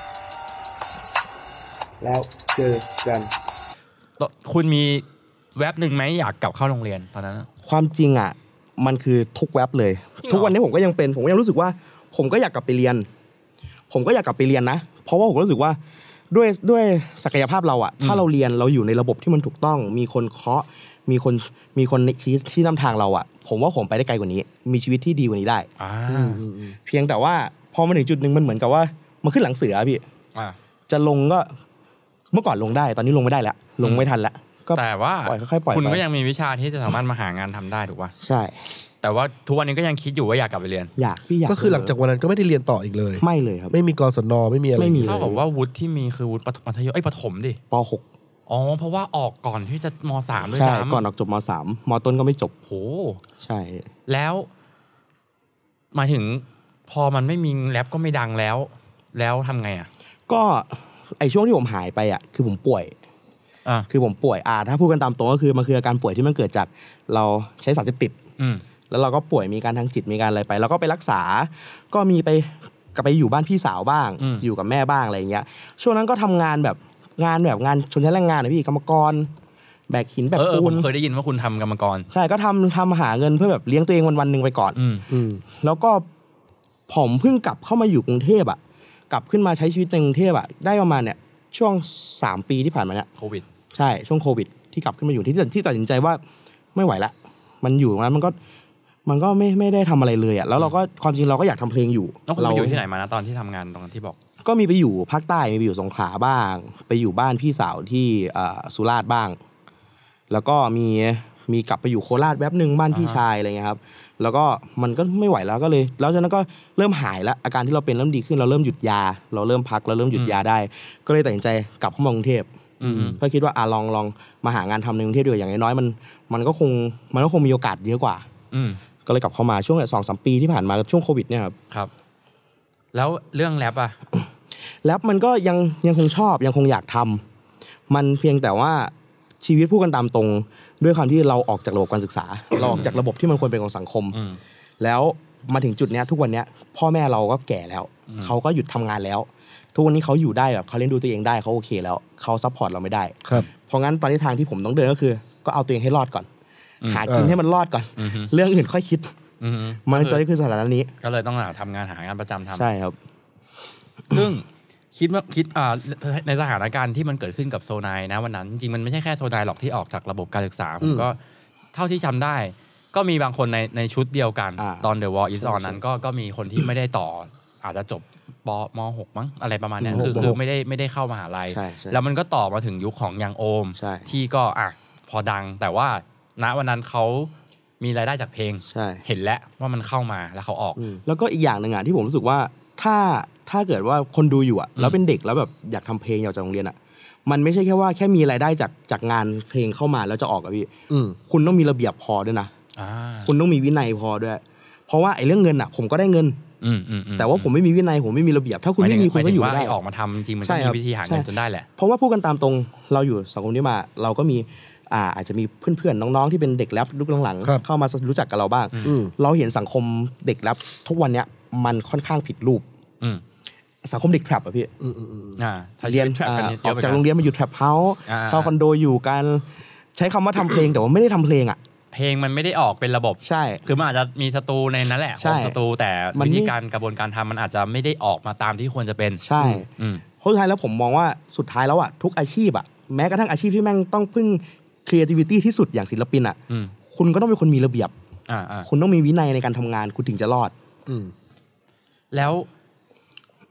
แล้วเจอกันคุณมีแว็บหนึ่งไหมอยากกลับเข้าโรงเรียนตอนนั้นความจริงอ่ะมันคือทุกแว็บเลยทุกวันนี้ผมก็ยังเป็นผมก็ยังรู้สึกว่าผมก็อยากกลับไปเรียนผมก็อยากกลับไปเรียนนะเพราะว่าผมรู้สึกว่าด้วยด้วยศักยภาพเราอ่ะถ้าเราเรียนเราอยู่ในระบบที่มันถูกต้องมีคนเคาะมีคนมีคนชี้ชี้นำทางเราอ่ะผมว่าผมไปได้ไกลกว่านี้มีชีวิตที่ดีกว่านี้ได้เพียงแต่ว่าพอมาถึงจุดนึงมันเหมือนกับว่ามันขึ้นหลังเสือพี่จะลงก็เมื่อก่อนลงได้ตอนนี้ลงไม่ได้แล้วลงไม่ทันแล้วแต่ว่าปล่อยค่อยๆปล่อยคุณก็ยังมีวิชาที่จะสามารถมาหางานทำได้ถูกป่ะใช่แต่ว่าทุกวันนี้ก็ยังคิดอยู่ว่าอยากกลับไปเรียนอยากพี่อยากก็คือหลังจากวันนั้นก็ไม่ได้เรียนต่ออีกเลยไม่เลยครับไม่มีกศนไม่มีอะไรไม่มีเท่ากับว่าวุฒิที่มีคือวุฒิมัธยมไอ้ประถมดิป.หกอ๋อเพราะว่าออกก่อนที่จะม.สาม ด้วยซ้ำใช่ก่อนออกจบม.สาม ม.ต้นก็ไม่จบโหใช่แล้วหมายถึงพอมันไม่มีแรปก็ไม่ดังแล้วแล้วทำไงอ่ะก็ไอช่วงที่ผมหายไปอ่ะคือผมป่วยอ่าคือผมป่วยอ่าถ้าพูดกันตามตรงก็คือมันคืออาการป่วยที่มันเกิดจากเราใช้สารเสพติดอืมแล้วเราก็ป่วยมีการทางจิตมีการอะไรไปเราก็ไปรักษาก็มีไปกลับไปอยู่บ้านพี่สาวบ้างอยู่กับแม่บ้างอะไรอย่างเงี้ยช่วงนั้นก็ทำงานแบบงานแบบงานชนชั้นแรงงานนะพี่กรรมกรแบกหินแบกปูนผมเคยได้ยินว่าคุณทำกรรมกรใช่ก็ทำทำหาเงินเพื่อแบบเลี้ยงตัวเองวันวันหนึ่งไปก่อนแล้วก็ผมเพิ่งกลับเข้ามาอยู่กรุงเทพอ่ะกลับขึ้นมาใช้ชีวิตในกรุงเทพอ่ะได้ประมาณเนี่ยช่วงสามปีที่ผ่านมาเนี่ยโควิดใช่ช่วงโควิดที่กลับขึ้นมาอยู่ที่ที่ตัดสินใจว่าไม่ไหวละมันอยู่ตรงนั้นมันก็มันก็ไม่ไม่ได้ทำอะไรเลยอ่ะแล้วเราก็ความจริงเราก็อยากทำเพลงอยู่เราอยู่ที่ไหนมานะตอนที่ทำงานตรงที่บอกก็มีไปอยู่ภาคใต้มีไปอยู่สงขลาบ้างไปอยู่บ้านพี่สาวที่สุราษฎร์บ้างแล้วก็มีมีกลับไปอยู่โคราชแวบนึงบ้านพี่ชายอะไรเงี้ยครับแล้วก็มันก็ไม่ไหวแล้วก็เลยแล้วจากนั้นก็เริ่มหายแล้วอาการที่เราเป็นเริ่มดีขึ้นเราเริ่มหยุดยาเราเริ่มพักเราเริ่มหยุดยาได้ก็เลยตัดสินใจกลับเข้ามากรุงเทพเพื่อคิดว่าอ่ะลองลองมาหางานทำในกรุงเทพดีกว่าอย่างน้อยๆมันมันก็คงมันก็คงมีโอกาสเยอะกว่าก็เลยกลับเข้ามาช่วงสองสามปีที่ผ่านมาช่วงโควิดเนี่ยครับครับแล้วเรื่องแรปอะแรปมันก็ยังยังคงชอบยังคงอยากทำมันเพียงแต่ว่าชีวิตพูดกันตามตรงด้วยความที่เราออกจากระบบการศึกษาเราออกจากระบบที่มันควรเป็นของสังคมแล้วมาถึงจุดเนี้ยทุกวันเนี้ยพ่อแม่เราก็แก่แล้วเขาก็หยุดทำงานแล้วทุกวันนี้เขาอยู่ได้แบบเขาเลี้ยงดูตัวเองได้เขาโอเคแล้วเขาซัพพอร์ตเราไม่ได้เพราะงั้นตอนนี้ทางที่ผมต้องเดินก็คือก็เอาตัวเองให้รอดก่อนหากินให้มันรอดก่อนเรื่องอื่นค่อยคิดมันตอนนี้คือสถานะนี้ก็เลยต้องหาทำงานหางานประจำทำใช่ครับซึ่งคิดว่าคิดอ่าในสถานการณ์ที่มันเกิดขึ้นกับโซนายนะวันนั้นจริงๆมันไม่ใช่แค่โซนายหรอกที่ออกจากระบบการศึกษาผมก็เท่าที่จำได้ก็มีบางคนในในชุดเดียวกันตอน The War Is On นั้นก็ก็มีคนที่ไม่ได้ต่ออาจจะจบป.ม.หก มั้งอะไรประมาณนี้คือคือไม่ได้ไม่ได้เข้ามหาลัยแล้วมันก็ต่อมาถึงยุคของยังโอมที่ก็อ่ะพอดังแต่ว่าณวันนั้นเขามีรายได้จากเพลงเห็นแล้วว่ามันเข้ามาแล้วเขาออกแล้วก็อีกอย่างนึงอ่ะที่ผมรู้สึกว่าถ้าถ้าเกิดว่าคนดูอยู่อ่ะแล้วเป็นเด็กแล้วแบบอยากทำเพลงอยากจากโรงเรียนอ่ะมันไม่ใช่แค่ว่าแค่มีรายได้จากจากงานเพลงเข้ามาแล้วจะออกอ่ะพี่คุณต้องมีระเบียบพอด้วยนะคุณต้องมีวินัยพอด้วยเพราะว่าไอ้เรื่องเงินอ่ะผมก็ได้เงินแต่ว่าผมไม่มีวินัยผมไม่มีระเบียบถ้าคุณไม่มีคุณก็อยู่ไม่ได้ออกมาทำจริงมันก็มีวิธีหาเงินจนได้แหละเพราะว่าพูดกันตามตรงเราอยู่สังคมนี้มาเราก็มีอ่าอาจจะมีเพื่อนๆน้องๆที่เป็นเด็กแรปยุคหลังๆเข้ามารู้จักกับเราบ้างเราเห็นสังคมเด็กแรปทุกวันเนี้ยมันค่อนข้างผิดรูปสังคมเด็กแทร็ปอ่ะพี่เรียนออกจากโรงเรียนมาอยู่แทร็ปเฮาส์เช่าคอนโดอยู่กันใช้คำว่าทำเพลงแต่ว่าไม่ได้ทำเพลงอ่ะเพลงมันไม่ได้ออกเป็นระบบใช่คือมันอาจจะมีสตูในนั้นแหละของสตูแต่วิธีการกระบวนการทำมันอาจจะไม่ได้ออกมาตามที่ควรจะเป็นใช่เพราะสุดท้ายแล้วผมมองว่าสุดท้ายแล้วอ่ะทุกอาชีพอ่ะแม้กระทั่งอาชีพที่แม่งต้องพึ่ง creativity ที่สุดอย่างศิลปินอ่ะคุณก็ต้องเป็นคนมีระเบียบคุณต้องมีวินัยในการทำงานคุณถึงจะรอดแล้ว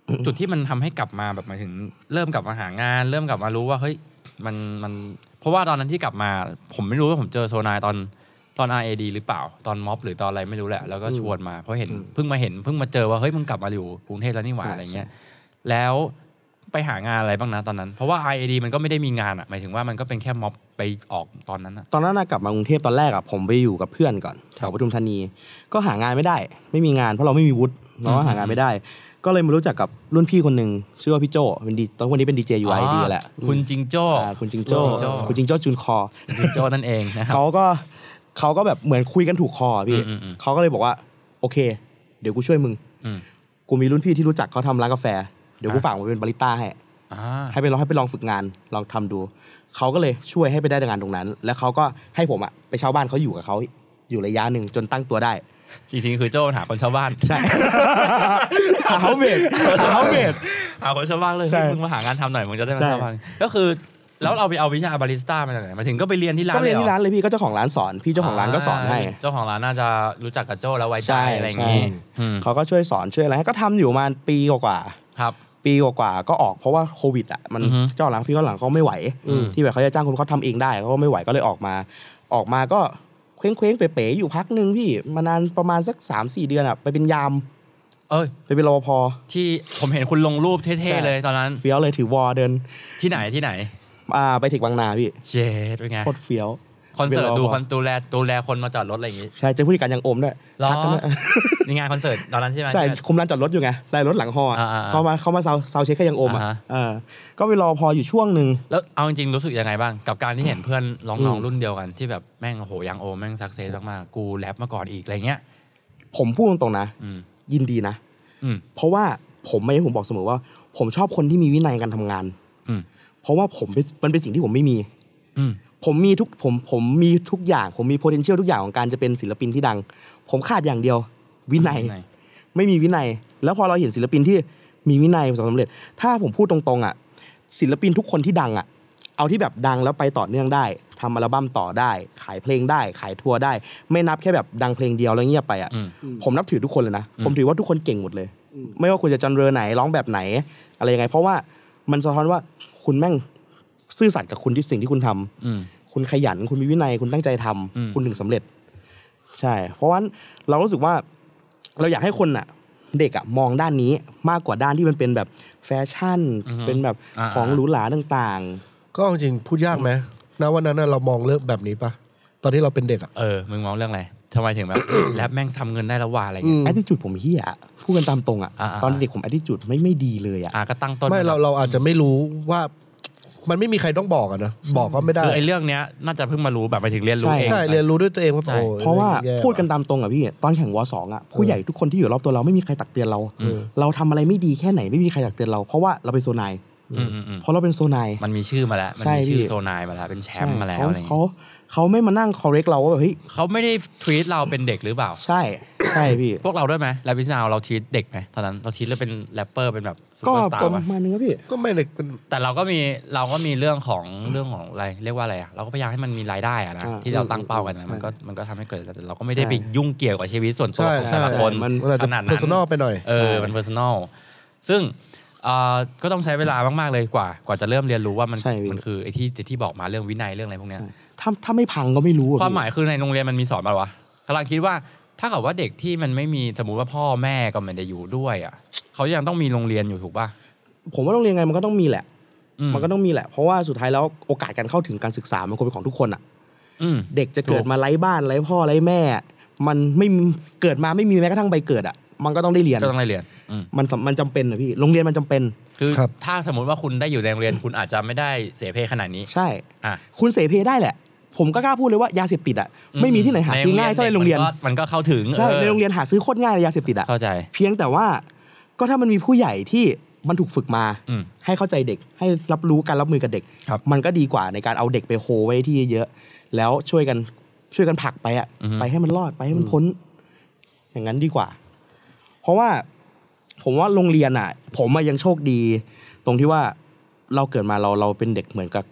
จุดที่มันทำให้กลับมาแบบหมายถึงเริ่มกลับมาหางาน เริ่มกลับมารู้ว่าเฮ้ยมันมันเพราะว่าตอนนั้นที่กลับมาผมไม่รู้ว่าผมเจอโซนายตอนตอน อาร์ เอ ดี หรือเปล่าตอนม็อบหรือตอนอะไรไม่รู้แหละแล้วก็ชวนมาเพราะเห็นเพิ่งมาเห็นเพิ่งมาเจอว่าเฮ้ยมึงกลับมาอยู่กรุงเทพแล้วนี่หว่าอะไรเงี้ยแล้วไปหางานอะไรบ้างนะตอนนั้นเพราะว่า อาร์ เอ ดี มันก็ไม่ได้มีงานอ่ะหมายถึงว่ามันก็เป็นแค่ม็อบไปออกตอนนั้นอะตอนนั้นกลับมากรุงเทพตอนแรกอะผมไปอยู่กับเพื่อนก่อนแถวปทุมธานีก็หางานไม่ได้ไม่มีงานเพราะเราไม่มีวุฒิเราก็หางานไม่ได้ก็เลยมารู้จักกับรุ่นพี่คนหนึ่งชื่อว่าพี่โจเป็นดีตอนวันนี้เป็นดีเจยูไอดีแหละคุณจิงโจ้คุณจิงโจ้คุณจิงโจ้จูนคอจิงโจ้นั่นเองนะครับเขาก็เขาก็แบบเหมือนคุยกันถูกคอพี่เขาก็เลยบอกว่าโอเคเดี๋ยวกูช่วยมึงกูมีรุ่นพี่ที่รู้จักเขาทำร้านกาแฟเดี๋ยวกูฝากมาเป็นบาริสต้าให้ให้ไปลองให้ไปลองฝึกงานลองทำดูเขาก็เลยช่วยให้ไปได้งานตรงนั้นแล้วเขาก็ให้ผมอะไปเช่าบ้านเขาอยู่กับเขาอยู่ระยะหนึ่งจนตั้งตัวได้จริงๆคือโจ้หาคนเช่าบ้านใช่หาเฮาเมดหาเฮาเมดหาคนเช่าบ้านเลยมึงมาหางานทำหน่อยมึงจะได้มาเช่าบ้านก็คือแล้วเราไปเอาวิชาบาริสต้ามาจากไหนมาถึงก็ไปเรียนที่ร้านก็เรียนที่ร้านเลยพี่ก็เจ้าของร้านสอนพี่เจ้าของร้านก็สอนให้เจ้าของร้านน่าจะรู้จักกับโจ้แล้วไว้ใจอะไรอย่างงี้เขาก็ช่วยสอนช่วยอะไรให้ก็ทำอยู่ประมาณปีกว่าครับปีกว่าก็ออกเพราะว่าโควิดอ่ะมันเจ้าหลังพี่ก็หลังเขาไม่ไหวที่แบบเขาจะจ้างคนเขาทำเองได้เขาก็ไม่ไหวก็เลยออกมาออกมาก็เคว้งเคว้งเป๋ๆอยู่พักนึงพี่มานานประมาณสัก สามสี่ เดือนอ่ะไปเป็นยามเอ้ยไปเป็นรปภที่ผมเห็นคุณลงรูปเท่ๆเลยตอนนั้นเฟี้ยวเลยถือวอเดินที่ไหนที่ไหนอ่าไปถึงบางนาพี่เจ็ดเป็นไงโคตรเฟี้ยวคอนเสิร์ตดูคอนดูแลดูแลคนมาจอดรถอะไรอย่างงี้ใช่เจอผู้จัดการยังอมด้วยรอนี่งานคอนเสิร์ตตอนนั้นใช่ไหมใช่คุมร้านจอดรถอยู่ไงไล่รถหลังฮอเขามาเขามาซาวซาวเช็คให้ยังอมอ่ะก็ไปรอพออยู่ช่วงนึงแล้วเอาจริงๆรู้สึกยังไงบ้างกับการที่เห็นเพื่อนน้องๆรุ่นเดียวกันที่แบบแม่งโหยังโอมแม่งซักเซสมากๆกูแรปมาก่อนอีกอะไรเงี้ยผมพูดตรงๆนะยินดีนะเพราะว่าผมไม่ผมบอกเสมอว่าผมชอบคนที่มีวินัยการทำงานเพราะว่าผมมันเป็นสิ่งที่ผมไม่มีผมมีทุกผมผมมีทุกอย่างผมมี potential ทุกอย่างของการจะเป็นศิลปินที่ดังผมขาดอย่างเดียววินัยไม่มีวินัยแล้วพอเราเห็นศิลปินที่มีวินัยประสบความสำเร็จถ้าผมพูดตรงๆอ่ะศิลปินทุกคนที่ดังอ่ะเอาที่แบบดังแล้วไปต่อเนื่องได้ทำอัลบั้มต่อได้ขายเพลงได้ขายทัวร์ได้ไม่นับแค่แบบดังเพลงเดียวแล้วเงียบไปอ่ะผมนับถือทุกคนเลยนะผมถือว่าทุกคนเก่งหมดเลยไม่ว่าคุณจะจันเรอไหนร้องแบบไหนอะไรยังไงเพราะว่ามันสะท้อนว่าคุณแม่งซื่อสัตย์กับคุณที่สิ่งที่คุณทำคุณขยันคุณมีวินัยคุณตั้งใจทำคุณถึงสำเร็จใช่เพราะว่าเรารู้สึกว่าเราอยากให้คนอ่ะเด็กอ่ะมองด้านนี้มากกว่าด้านที่มันเป็นแบบแฟชั่นเป็นแบบของหรูหราต่างๆก็จริงพูดยากไหมณวันนั้นเรามองเรื่องแบบนี้ปะตอนที่เราเป็นเด็กอ่ะเออมึงมองเรื่องอะไรทำไมถึงแบบแรปแม่งทำเงินได้แล้วว่าอะไรเงี้ย attitude ผมเหี้ยพูดกันตามตรงอ่ะตอนเด็กผม attitude ไม่ไม่ดีเลยอ่ะก็ตั้งต้นไม่เราเราอาจจะไม่รู้ว่ามันไม่มีใครต้องบอกอะนะบอกก็ไม่ได้คือไอ้เรื่องเนี้ยน่าจะเพิ่งมารู้แบบไปถึงเรียนรู้เองใช่เรียนรู้ด้วยตัวเองว่าเพราะว่าพูดกันตามตรงอ่ะพี่ตอนแข่งวอสองอ่ะผู้ใหญ่ทุกคนที่อยู่รอบตัวเราไม่มีใครตักเตือนเราเราทำอะไรไม่ดีแค่ไหนไม่มีใครตักเตือนเราเพราะว่าเราเป็นโซนายเพราะเราเป็นโซนายมันมีชื่อมาแล้วมันมีชื่อโซนายมาแล้วเป็นแชมป์มาแล้วอะไรเขาเขาไม่มานั่ง correct เราว่าแบบเฮ้ยเขาไม่ได้ treat เราเป็นเด็กหรือเปล่าใช่ใช่พี่พวกเราด้วยไหมแรปพิซนาวเรา treat เด็กไหมตอนนั้นเรา treat แล้วเป็นแรปเปอร์เป็นแบบซุปเปอร์สตาร์ก็ประมาณนึงครับพี่ก็ไม่เด็กแต่เราก็มีเราก็มีเรื่องของเรื่องของอะไรเรียกว่าอะไรอ่ะเราก็พยายามให้มันมีรายได้อ่ะนะที่เราตั้งเป้ากันนะมันก็มันก็ทำให้เกิดแต่เราก็ไม่ได้ไปยุ่งเกี่ยวกับชีวิตส่วนตัวของแต่ละคนมันขนาดนั้น personal ไปหน่อยเออมัน personal ซึ่งก็ต้องใช้เวลามากๆเลยกว่ากว่าจะเริ่มเรียนรู้ว่ามันมันคือไอ้ที่ที่บอกมาเรื่องวินัยเรื่องอะไรพวกนี้ถ้าถ้าไม่พังก็ไม่รู้ความหมายคือในโรงเรียนมันมีสอนป่ะวะกำลังคิดว่าถ้าเกิดว่าเด็กที่มันไม่มีสมมุติว่าพ่อแม่ก็ไม่ได้อยู่ด้วยอ่ะเขายังต้องมีโรงเรียนอยู่ถูกป่ะผมว่าโรงเรียนไงมันก็ต้องมีแหละมันก็ต้องมีแหละเพราะว่าสุดท้ายแล้วโอกาสการเข้าถึงการศึกษามันควรเป็นของทุกคนอ่ะเด็กจะเกิดมาไร้บ้านไร้พ่อไร้แม่มันไม่เกิดมาไม่มีแม้กระทั่งใบเกิดอ่ะมันก็ต้องได้เรียนก็ต้องได้เรียนมันมันจำเป็นนะพี่โรงเรียนมันจำเป็นคือถ้าสมมติว่าคุณได้อยู่ในโรงเรียนคุณอาจจะไม่ได้เสเพขนาดนี้ใช่คุณเสเพได้แหละผมก็กล้าพูดเลยว่ายาเสพติดอ่ะไม่มีที่ไหนหาซื้อง่ายเท่าในโรงเรียนมันก็เข้าถึงใช่ในโรงเรียนหาซื้อโคตรง่ายเลยยาเสพติดอ่ะเข้าใจเพียงแต่ว่าก็ถ้ามันมีผู้ใหญ่ที่มันถูกฝึกมาให้เข้าใจเด็กให้รับรู้การรับมือกับเด็กมันก็ดีกว่าในการเอาเด็กไปโฮไว้ที่เยอะแล้วช่วยกันช่วยกันผลักไปอ่ะไปให้มันรอดไปให้มันพ้นอย่างนั้นดีกว่าเพราะว่าผมว่าโรงเรียนอ่ะผมยังโชคดีตรงที่ว่าเราเกิดมาเราเราเป็นเด็กเหมือนกับ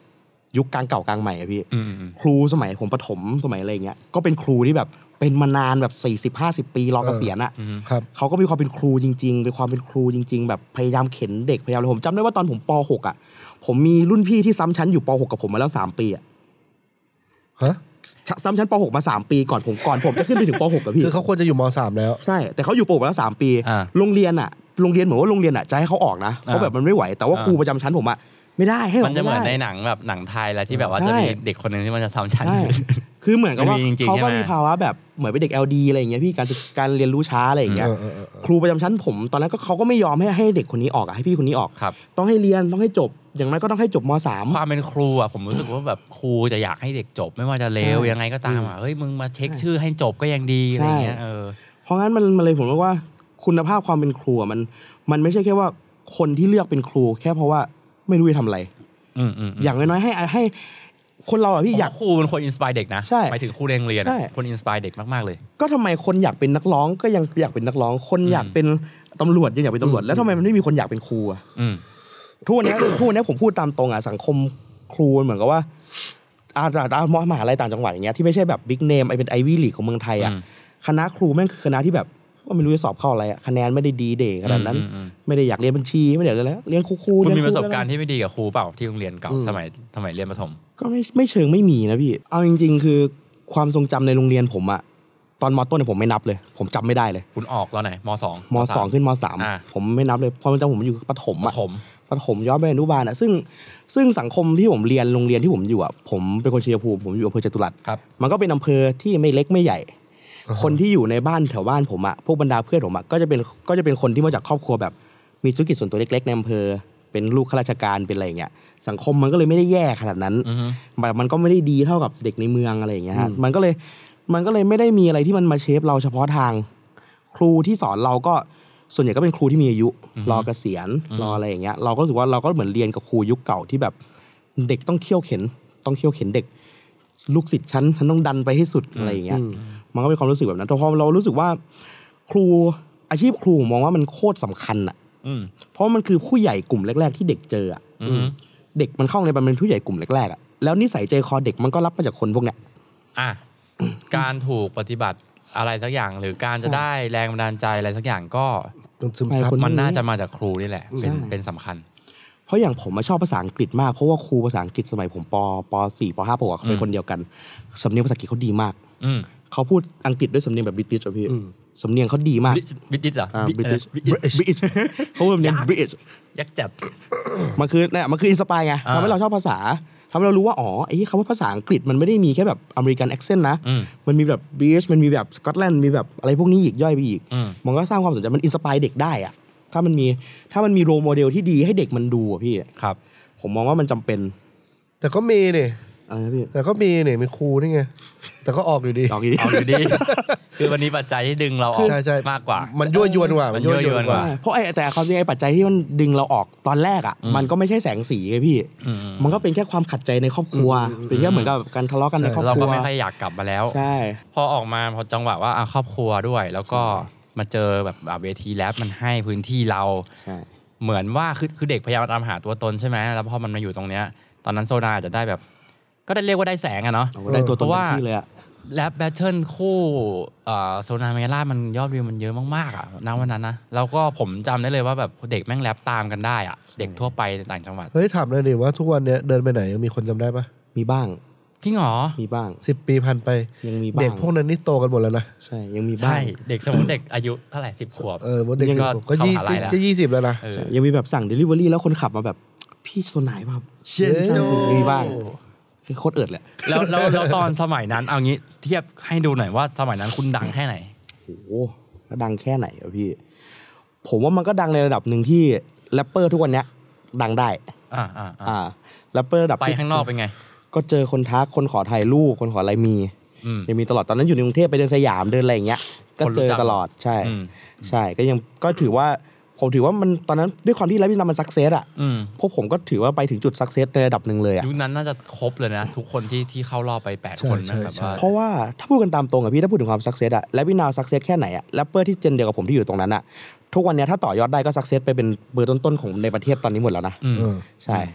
ยุคกลางเก่ากลางใหม่อะพี่อืมครูสมัยผมประถมสมัยอะไรอย่างเงี้ยก็เป็นครูที่แบบเป็นมานานแบบสี่สิบ ห้าสิบปีรอเกษียณอะครับเขาก็มีความเป็นครูจริงๆเป็นความเป็นครูจริง ๆ แบบพยายามเข็นเด็กพยายามอะไรผมจำได้ว่าตอนผมป หก อ่ะผมมีรุ่นพี่ที่ซ้ำชั้นอยู่ป หก กับผมมาแล้วสามปีอ่ะฮะซ้ำชั้นป หก มาสามปีก่อนผมก่อนผมจะขึ้นไปถึงป หก กับพี่คือเขาควรจะอยู่มสามแล้วใช่แต่เขาอยู่ป หก มาแล้วสามปีอ่าโรงเรียนอ่ะโรงเรียนเหมือนว่าโรงเรียนอ่ะจะให้เขาออกนะเพราะแบบมันไม่ไหวแต่ว่าครูประจำชั้นผมอ่ะไม่ได้ให้ออกมันจะเหมือนไได้ในหนังแบบหนังไทยแล้วที่แบบว่าใช่จะมีเด็กคนหนึ่งที่มันจะทำชั้นใช่คือเหมือนกับว่ามันมีจริงๆเขาก็ใช่ไหมมีภาวะแบบเหมือนเป็นเด็ก แอล ดี อะไรอย่างเงี้ยพี่การการเรียนรู้ช้าอะไรอย่างเงี้ยเออเออเออครูประจำชั้นผมตอนนั้นก็เขาก็ไม่ยอมให้ให้เด็กคนนี้ออกอะให้พี่คนนี้ออกครับต้องให้เรียนต้องให้จบอย่างน้อยก็ต้องให้จบม สามความเป็นครูอ่ะผมรู้สึกว่าแบบครูจะอยากให้เด็กจบ ไม่ว่าจะเลวใช่ยังไงก็ตามอ่ะเฮ้ยมึงมาเช็คใช่ชื่อให้จบก็ยังดีอะไรเงี้ยใช่เออเพราะงั้นมันมันเลยผมว่าคุณภาพความเป็นครูอะมันมันไม่ใช่แค่ว่าคนที่เลือกเป็นครู แค่เพราะว่าไม่รู้จะทำอะไรอืมอืมอย่างน้อยๆให้ให้คนเราอะพี่อยากครูเป็นคนอินสปายเด็กนะใช่หมายถึงครูเรียนเรียนใช่อะคนอินสปายเด็กมากๆเลยก็ทำไมคนอยากเป็นนักร้องก็ยังอยากเป็นนักร้อง คนอยากเป็นตำรวจยังอยากเป็นตำรวจแล้วทำไมมันไม่มีคนอยากเป็นครูอะอืมทุกวันนี้ ทุกวันนี้ผมพูดตามตรงอะสังคมครูเหมือนกับว่าอาอาามหาลัยต่างจังหวัดอย่างเงี้ยที่ไม่ใช่แบบบิ๊กเนมไอเป็นไอวี่ลีกของเมืองไทยอะอืมคณะครูแม่งคือคณะที่แบบว่าไม่รู้จะสอบเข้าอะไรอะคะแนนไม่ได้ดีเด่ขนาดนั้นอืมอืมอืมไม่ได้อยากเรียนบัญชีไม่ได้อยากเรียนแล้วเรียนครูครูคุณเยนมีคประสบแล้วการณ์ที่ไม่ดีกับครูเปล่าที่โรงเรียนเก่าอืมสมัยสมัยเรียนประถมก็ไม่ไม่เชิงไม่มีนะพี่เอาจริง ๆ คือความทรงจำในโรงเรียนผมอะตอนมต้นเนี่ยผมไม่นับเลย ผมจำไม่ได้เลยคุณออกตอนไหนมสองมสองขึ้นมสามอ่าผมไม่นับเลยความจำผมอยู่ประถมปอะฐมประถมย้อนไปอนุบาลอะซึ่งซึ่งสังคมที่ผมเรียนโรงเรียนที่ผมอยู่อะผมเป็นคนชัยภูมิผมอยู่อำเภอจตุรัสครับมันก็เป็นอำเภอที่ไม่เล็กไม่ใหญ่ คนที่อยู่ในบ้านแถวบ้านผมอะพวกบรรดาเพื่อนผมอะก็จะเป็นก็จะเป็นคนที่มาจากครอบครัวแบบมีธุรกิจส่วนตัวเล็กๆในอำเภอเป็นลูกข้าราชการเป็นอะไรอย่างเงี้ยสังคมมันก็เลยไม่ได้แย่ขนาดนั้นอือฮึแบบมันก็ไม่ได้ดีเท่ากับเด็กในเมืองอะไรอย่างเงี้ยฮะมันก็เลยมันก็เลยไม่ได้มีอะไรที่มันมาเชฟเราเฉพาะทาง ครูที่สอนเราก็ส่วนใหญ่ก็เป็นครูที่มีอายุรอเกษียณรออะไรอย่างเงี้ยเราก็รู้สึกว่าเราก็เหมือนเรียนกับครูยุคเก่าที่แบบเด็กต้องเขี่ยวเข็น ต้องเขี่ยวเข็นเด็ก ลูกศิษย์ฉันฉันต้องดันไปให้สุดอะไรอย่างเงี้ยมันก็เป็นความรู้สึกแบบนั้นแต่พอเรารู้สึกว่า ครูอาชีพครูผมมองว่ามันโคตรสำคัญอ่ะอืมเพราะมันคือผู้ใหญ่กลุ่มแรก ๆ ที่เด็กเจออ่ะอืมเด็กมันเข้าในมันเป็นผู้ใหญ่กลุ่มแรกๆอ่ะแล้วนิสัยใจคอเด็กมันก็รับมาจากคนพวกเนี้ยอ่ะ การถูกปฏิบัติอะไรสักอย่าง หรือการจะได้แรงบันดาลใจอะไรสักอย่างก็มันซึมซับคนมันน่าจะมาจากครูนี่แหละ เป็นใช่เป็นสำคัญเพราะอย่างผมมาชอบภาษาอังกฤษมากเพราะว่าครูภาษาอังกฤษสมัยผมปปสี่ปห้าปหกเป็นคนเดียวกันสำเนียงภาษาอังกฤษเขาดีมากอืมเขาพูดอังกฤษด้วยสำเนียงแบบบริติชอะพี่สำเนียงเขาดีมากบิดดิสเหรออ่าบิด British บิดดิส British เขาพูดสำเนียง British ยักษ์จัดมันคือเนี่ยมันคืออินสปายไงอ่าทำให้เราชอบภาษาทำให้เรารู้ว่าอ๋อไอ้คำว่าภาษาอังกฤษมันไม่ได้มีแค่แบบอเมริกันแอคเซนต์นะอืมมันมีแบบบริชมันมีแบบสกอตแลนด์มีแบบอะไรพวกนี้อีกย่อยไปอีกอืมมันก็สร้างความสนใจมันอินสปายเด็กได้อะถ้ามันมีถ้ามันมีโรโมเดลที่ดีให้เด็กมันดูอะพี่ครับผมมองว่ามันจำเป็นแต่ก็มีนี่อะไรนะพี่แต่ก็มีนี่มีครูนี่ไง แต่ก็ออกอยู่ดีออกอีกเอาอยู่ดี คือวันนี้ปัจจัยที่ดึงเราออกใช่ใช่มากกว่ามันยั่วยวนกว่ามัมันนยั่วยยั่ววน ยวนกกว่าว่าเพราะไอ้แต่ความจริงไอ้ปัจจัยที่มันดึงเราออกตอนแรกอ่ะมันก็ไม่ใช่แสงสีไงพี่อืมมันก็เป็นแค่ความขัดใจในครอบครัว เป็นแค่เหมือนกับการทะเลาะกันในครอบเราครัก็วไม่ค่อยอยากกลับมาแล้วใช่พอออกมาพอจังหวะว่าอ่ะครอบครัวด้วย แล้วก็มาเจอแบบอ่ะเวทีแรปมันให้พื้นที่เราใช่เหมือนว่าคือคือเด็กพยายามตามหาตัวตนใช่ไหมแล้วพอมันมาอยู่ตรงเนี้ยตอนนั้นโซดาอาจจะได้แบบ ก็ได้เรียกว่าได้แสงอะเนาะเอาได้ตัวตนเพราะว่าเต็มที่เลยอ่ะแรปแบทเทิลคู่เอ่อโซนาเมล่ามันยอดวิวมันเยอะมากๆอ่ะณวันนั้นนะแล้วก็ผมจำได้เลยว่าแบบเด็กแม่งแรปตามกันได้อ่ะเด็กทั่วไปต่างจังหวัดเฮ้ยถามเลยดิว่าทุกวันเนี้ยเดินไปไหนยังมีคนจำได้ปะมีบ้างพี่หงอมีบ้างสิบปีผ่านไปยังมีบ้างเด็กพวกนั้นนี่โตกันหมดแล้วนะใช่ยังมีบ้างใช่เด็กสมมติเด็กอายุเท่าไหร่สิบขวบเออว่าเด็กยังสิบก็ขวบก็ยี่เข้ามหาลัยแล้วจะยี่สิบแล้วนะเออใช่ยังมีแบบสั่ง Delivery แล้วคนขับมาแบบพี่โซนไหนป่ะครับเชี่ยมีบ้างคือโคตรเอิดแหละแล้วแล้วแล้วตอนสมัยนั้นเอางี้เทียบให้ดูหน่อยว่าสมัยนั้นคุณดังแค่ไหนโอ้โหแล้วดังแค่ไหนอะพี่ ผมว่ามันก็ดังในระดับหนึ่งที่แรปเปอร์ทุกวันเนี้ยดังได้อ่าอ่าอ่าอ่าแรปเปอร์ระดับไปที่ข้างนอกเป็นไงก็เจอคนทักคนขอถ่ายรูปคนขออะไรมีอืมยังมีตลอดตอนนั้นอยู่ในกรุงเทพไปเดินสยามเดินอะไรอย่างเงี้ยก็เจอตลอดใช่อืมใช่ก็ยังก็ถือว่าผมถือว่ามันตอนนั้นด้วยความที่ไลฟ์วินามันซักเซสอ่ะอืมพวกผมก็ถือว่าไปถึงจุดซักเซสในระดับหนึ่งเลยอ่ะยุคนั้นน่าจะครบเลยนะ ทุกคนที่ที่เข้ารอบไปแปดคนนะแบบว่าเพราะว่าถ้าพูดกันตามตรงอะพี่ถ้าพูดถึงความซักเซสอะและวินาซักเซสแค่ไหนอะแรปเปอร์ที่เจนเดียวกับผมที่อยู่ตรงนั้นอะทุกวันเนี้ยถ้าต่อยอดได้ก็ซักเซสไปเป็นเบอร์ต้นๆของในประเทศตอนนี้หมดแล้วนะอืมเออใช่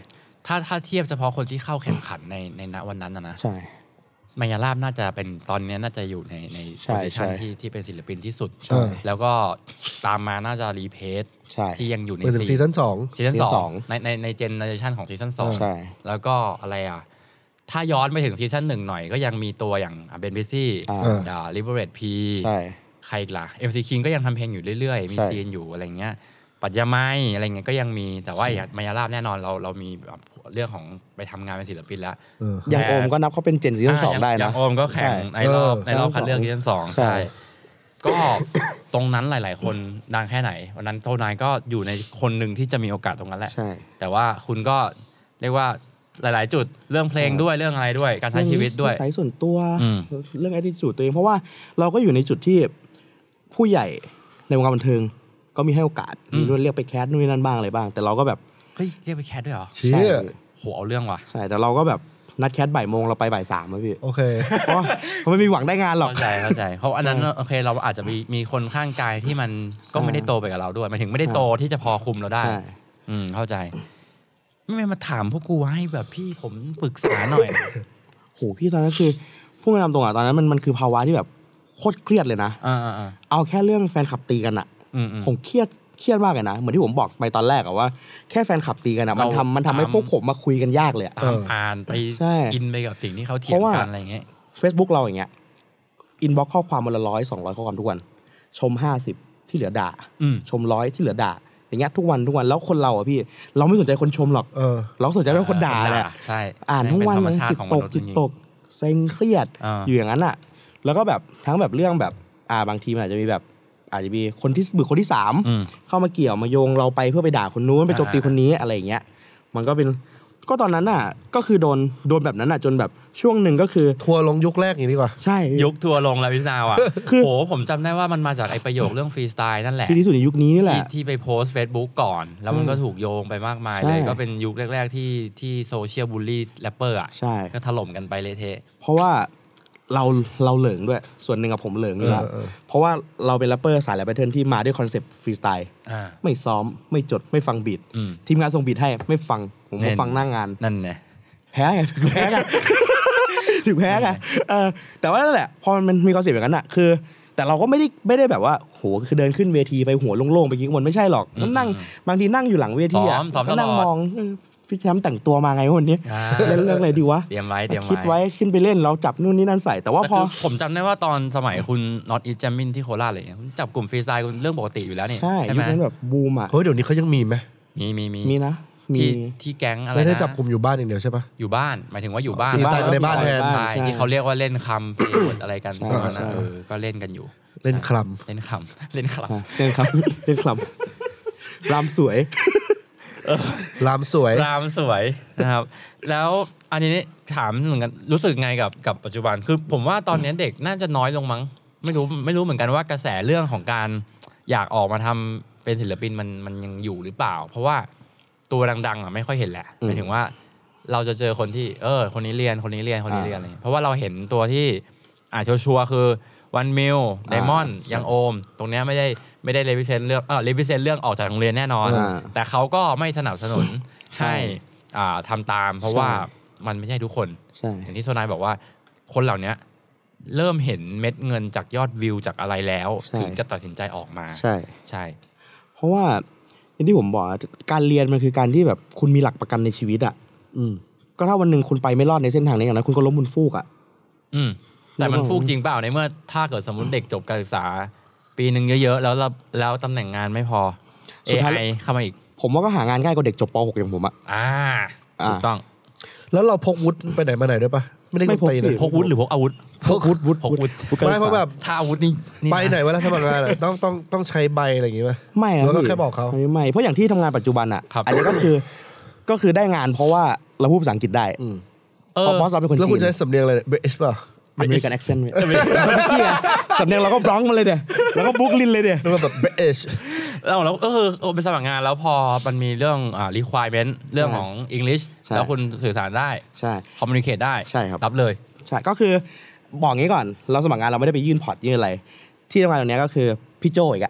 ถ้าถ้าเทียบเฉพาะคนที่เข้าแข่งขันในในณวันนั้นนะนะใช่มายาลาบน่าจะเป็นตอนนี้น่าจะอยู่ในในใช่โพซิชันใช่ที่ที่เป็นศิลปินที่สุดใช่แล้วก็ตามมาน่าจะรีเพสใช่ที่ยังอยู่ในไปถึงซีซั่นสองซีซั่นซีซั่นสสออง งในในในเจนเนอเรชันของซีซั่นสองใช่แล้วก็อะไรอ่ะถ้าย้อนไปถึงซีซั่นหนึ่งหน่อยก็ยังมีตัวอย่างเบนบิซี่อ่าอ่าลิเบเรตพีใช่ใครอีกล่ะ เอ็ม ซี King ก็ยังทำเพลงอยู่เรื่อยๆ มีใช่ซีนอยู่อะไรเงี้ยปัจยาไม้อะไรเงี้ยก็ยังมีแต่ว่าอย่างมายาลาบแน่นอนเราเรามีแบบเรื่องของไปทำงานเป็นศิลปินแล้วเอออย่างโอมก็นับเขาเป็นเจนซีซั่นสองได้ย่านะย่างโอมก็แข่งใช่ในรอบเออในรอบคัดเลือกซีซั่นสองใช่ใช่ก็ตรงนั้นหลาย ๆ คนดังแค่ไหนวันนั้นโทนายก็อยู่ในคนหนึ่งที่จะมีโอกาสตรงนั้นแหละใช่แต่ว่าคุณก็เรียกว่าหลาย ๆ จุดเรื่องเพลงด้วยเรื่องอะไรด้วยการใช้ชีวิตด้วยใช้ส่วนตัวอืมเรื่อง attitude ตัวเองเพราะว่าเราก็อยู่ในจุดที่ผู้ใหญ่ในวงการบันเทิงก็มีให้โอกาสมีนู่นเรียกไปแคสนู่นนนั่นบ้างอะไรบ้าง แต่เราก็แบบเฮ้ยเรียกไปแคสด้วยเหรอเชี่ใช่ยโหเอาเรื่องว่ะใช่แต่เราก็แบบนัดแคสบ่ายโมงเราไปบ่ายสามอะพี่โอเคเพราะว่าเพราะไม่มีหวังได้งานหรอกเข้าใจเข้าใจเพราะอันนั้นโอเคเราอาจจะมีมีคนข้างกายที่มันก็ไม่ได้โตไปกับเราด้วยหมายถึงไม่ได้โตที่จะพอคุมเราได้ใช่อืมเข้าใจไม่มาถามพวกกูให้แบบพี่ผมปรึกษาหน่อยโหพี่ตอนนั้นคือพูดกันตามตรงอะตอนนั้นมันมันคือภาวะที่แบบโคตรเครียดเลยนะอ่าอ่าอ่าเอาแค่เรื่องแฟนคลับตีกันอะอืมอืมผมเครียดเครียดมากเลยนะเหมือนที่ผมบอกไปตอนแรกอะว่าแค่แฟนคลับตีกันอะมันเราทำมันทำให้ตามพวกผมมาคุยกันยากเลยอะตามอ่านไปใช่อินไปกับสิ่งที่เขาเถียเพงราะว่ากันอะไรอย่างเงี้ย Facebook เราอย่างเงี้ยอินบ็อกข้อความวันละร้อยสองร้อยข้อความทุกวัน ชมห้าสิบที่เหลือด่าอืมชมร้อยที่เหลือด่า อย่างเงี้ยทุกวันทุกวันแล้วคนเราอะพี่ เราไม่สนใจคนชมหรอกเออเราสนใจว่าคนด่าแหละใช่อ่านทั้งวันเป็ธรรมชาจิติตของตมกนุษย์จิตจริงตกเซ็งเครียดอ่าอยู่อย่างนั้นอะแล้วก็แบบทั้งแบบเรื่องแบบอ่าบางทีมันอาจจะมีแบบอาจจะมีคนที่บุคคลที่สามอืมเข้ามาเกี่ยวมาโยงเราไปเพื่อไปด่าคนนู้นไปโจมตีอ่าคนนี้อะไรอย่างเงี้ยมันก็เป็นก็ตอนนั้นน่ะก็คือโดนโดนแบบนั้นน่ะจนแบบช่วงหนึ่งก็คือทัวร์ลงยุคแรกอย่างนี้ดีกว่าใช่ยุคทัวร์ลงแล้วพี่ซาวอ่ะคือโหผมจำได้ว่ามันมาจากไอประโยคเรื่องฟรีสไตล์นั่นแหละที่ดีสุดในยุคนี้นี่แหที่ละที่ไปโพสต์ Facebook ก่อน แล้วมันก็ถูกโยงไปมากมายใช่เลย ก็เป็นยุคแรก ๆ ที่ที่โซเชียลบูลลี่แรปเปอร์อ่ะใช่ก็ถล่มกันไปเละเทะเพราะว่าเราเราเหลิงด้วยส่วนหนึ่งกับผมเหลิงอยู่แล้วเออเออเพราะว่าเราเป็นแรปเปอร์สายแรปเปอร์เทิร์นที่มาด้วยคอนเซปต์ฟรีสไตล์อ่าไม่ซ้อมไม่จดไม่ฟังบีทอืมทีมงานส่งบีทให้ไม่ฟังผมเน้มาน ฟังหน้างานนั่นไงแพ้ไงถึงแพ้ไง ถึงแพ้ไงเออแต่ว่านั่นแหละพอมันมีคอนเซปต์อย่างนั้นอ่ะคือ แต่เราก็ไม่ได้ไม่ได้แบบว่าโหคือเดินขึ้นเวทีไปหัวโล่งๆไปกิ้งบนไม่ใช่หรอกอืมนั่งบางทีนั่งอยู่หลังเวทีอ่ะซ้อมซ้อมก็นั่งตลอดมองเออพี่แชมป์แต่งตัวมาไงวันนี้อ่าเล่นเรื่องอะไรดีวะเตรียมไว้เตรียมคิดไว้ขึ้นไปเล่นเราจับนู่นนี่นั่นใส่แต่ว่าแต่พอคือผมจำได้ว่าตอนสมัยคุณ Not Eat Jamming ที่โคราชอะไรอย่างเงี้ยคุณจับกลุ่มฟรีสไตล์คุณเรื่องปกติอยู่แล้วนี่ใช่ใช่ยุไหคมนั้นแบบบูมอ่ะเฮ้ยเดี๋ยวนี้เขายังมีไหมมีมีมีมีนะมีที่ที่แก๊งอะไรไม่ได้นะจับกลุ่มอยู่บ้านอย่างเดียวใช่ปะอยู่บ้านหมายถึงว่าอยู่บ้านฟรีสไตล์กันในบ้านแทนใช่ที่เขาเรียกว่าเล่นคำเพลงอะไรกันใช่ประมาณนั้นใช่เออก็เล่นกันอยู่เล่นคลัมเล่นคำ เล่นคอ่ะเช่นครับ เล่นคลับรามสวยลามสวยำรามสวยนะครับ แล้วอันนี้ถามเหมือนกันรู้สึกไงกับกับปัจจุบันคือผมว่าตอนนี้เด็กน่าจะน้อยลงมั้งไม่รู้ไม่รู้เหมือนกันว่ากระแสเรื่องของการอยากออกมาทำเป็นศิลปินมันมันยังอยู่หรือเปล่า เพราะว่าตัวดังๆอ่ะไม่ค่อยเห็นแหละอืมหมายถึงว่าเราจะเจอคนที่เออคนนี้เรียนคนนี้เรียนคนนี้เรียนอะไรอย่างเงี้ยเพราะว่าเราเห็นตัวที่อ่าชัวร์ๆคือวันมิลไดมอนด์ยังโอม ตรงเนี้ยไม่ได้ไม่ได้เลพิเซนเรื่องเออเลพิเซนเรื่องออกจากโรงเรียนแน่นอนอ่าแต่เขาก็ไม่สนับสนุนใช่ให้อ่าทำตาม เพราะใช่ว่ามันไม่ใช่ทุกคนใช่อย่างที่โซนายบอกว่าคนเหล่านี้เริ่มเห็นเม็ดเงินจากยอดวิวจากอะไรแล้วใช่ถึงจะตัดสินใจออกมาใช่ใช่เพราะว่าอย่างที่ผมบอกอะการเรียนมันคือการที่แบบคุณมีหลักประกันในชีวิตอ่ะอืมก็ถ้าวันหนึ่งคุณไปไม่รอดในเส้นทางนี้อย่างนั้นคุณก็ล้มบนฟูกอ่ะอืมแต่มันฟูกจริงเปล่าในเมื่อถ้าเกิดสมมติเด็กจบการศึกษา ปีหนึ่งเยอะๆ แล้วเราแล้วตำแหน่งงานไม่พอสุดท้ายเอ ไอ เข้ามาอีกผมว่าก็หางานง่ายกว่าเด็กจบป .หก อย่างผมอ่ะอ่าอ่าถูกต้องแล้วเราพกวุฒิไปไหนมาไหนด้วยปะไม่ได้ไม่พกไปเลยพกวุฒิหรือพกอาวุธพกวุฒิวุฒิพกวุฒิไม่เพราะแบบถ้าอาวุธนี่นี่ไปไหนนะเวลาสมัครงานอะต้องต้องต้องใช้ใบอะไรอย่างงี้ป่ะไม่อะแล้วก็พี่แค่บอกเขาไม่ไม่เพราะอย่างที่ทำงานปัจจุบันอ่ะครับอันนี้ก็คือก็คือได้งานเพราะว่าเราพูดภาษาอังกฤษได้อืมเอเพอราะบอสเราเป็นคนแล้วจีคุณนใช้สำเนียงอะไรเบสป่ะอเมริกันแอคเซนต์สำเนียงเราก็บล็อกมาเลยเดียแล้วก็บุ๊กลินเลยเดียแล้วก็แบบเบสแล้วแล้วก็คือเออไปสมัครงานแล้วพอมันมีเรื่องอ่า requirement เรื่องของ English ใช่แล้วคุณสื่อสารได้ใช่ communicate ได้ใช่ครับรับเลยใช่ก็คือบอกงี้ก่อนเราสมัครงานเราไม่ได้ไปยื่นพอร์ตยื่นอะไร ที่ทำงานตรงนี้ยก็คือพี่โจอีกอะ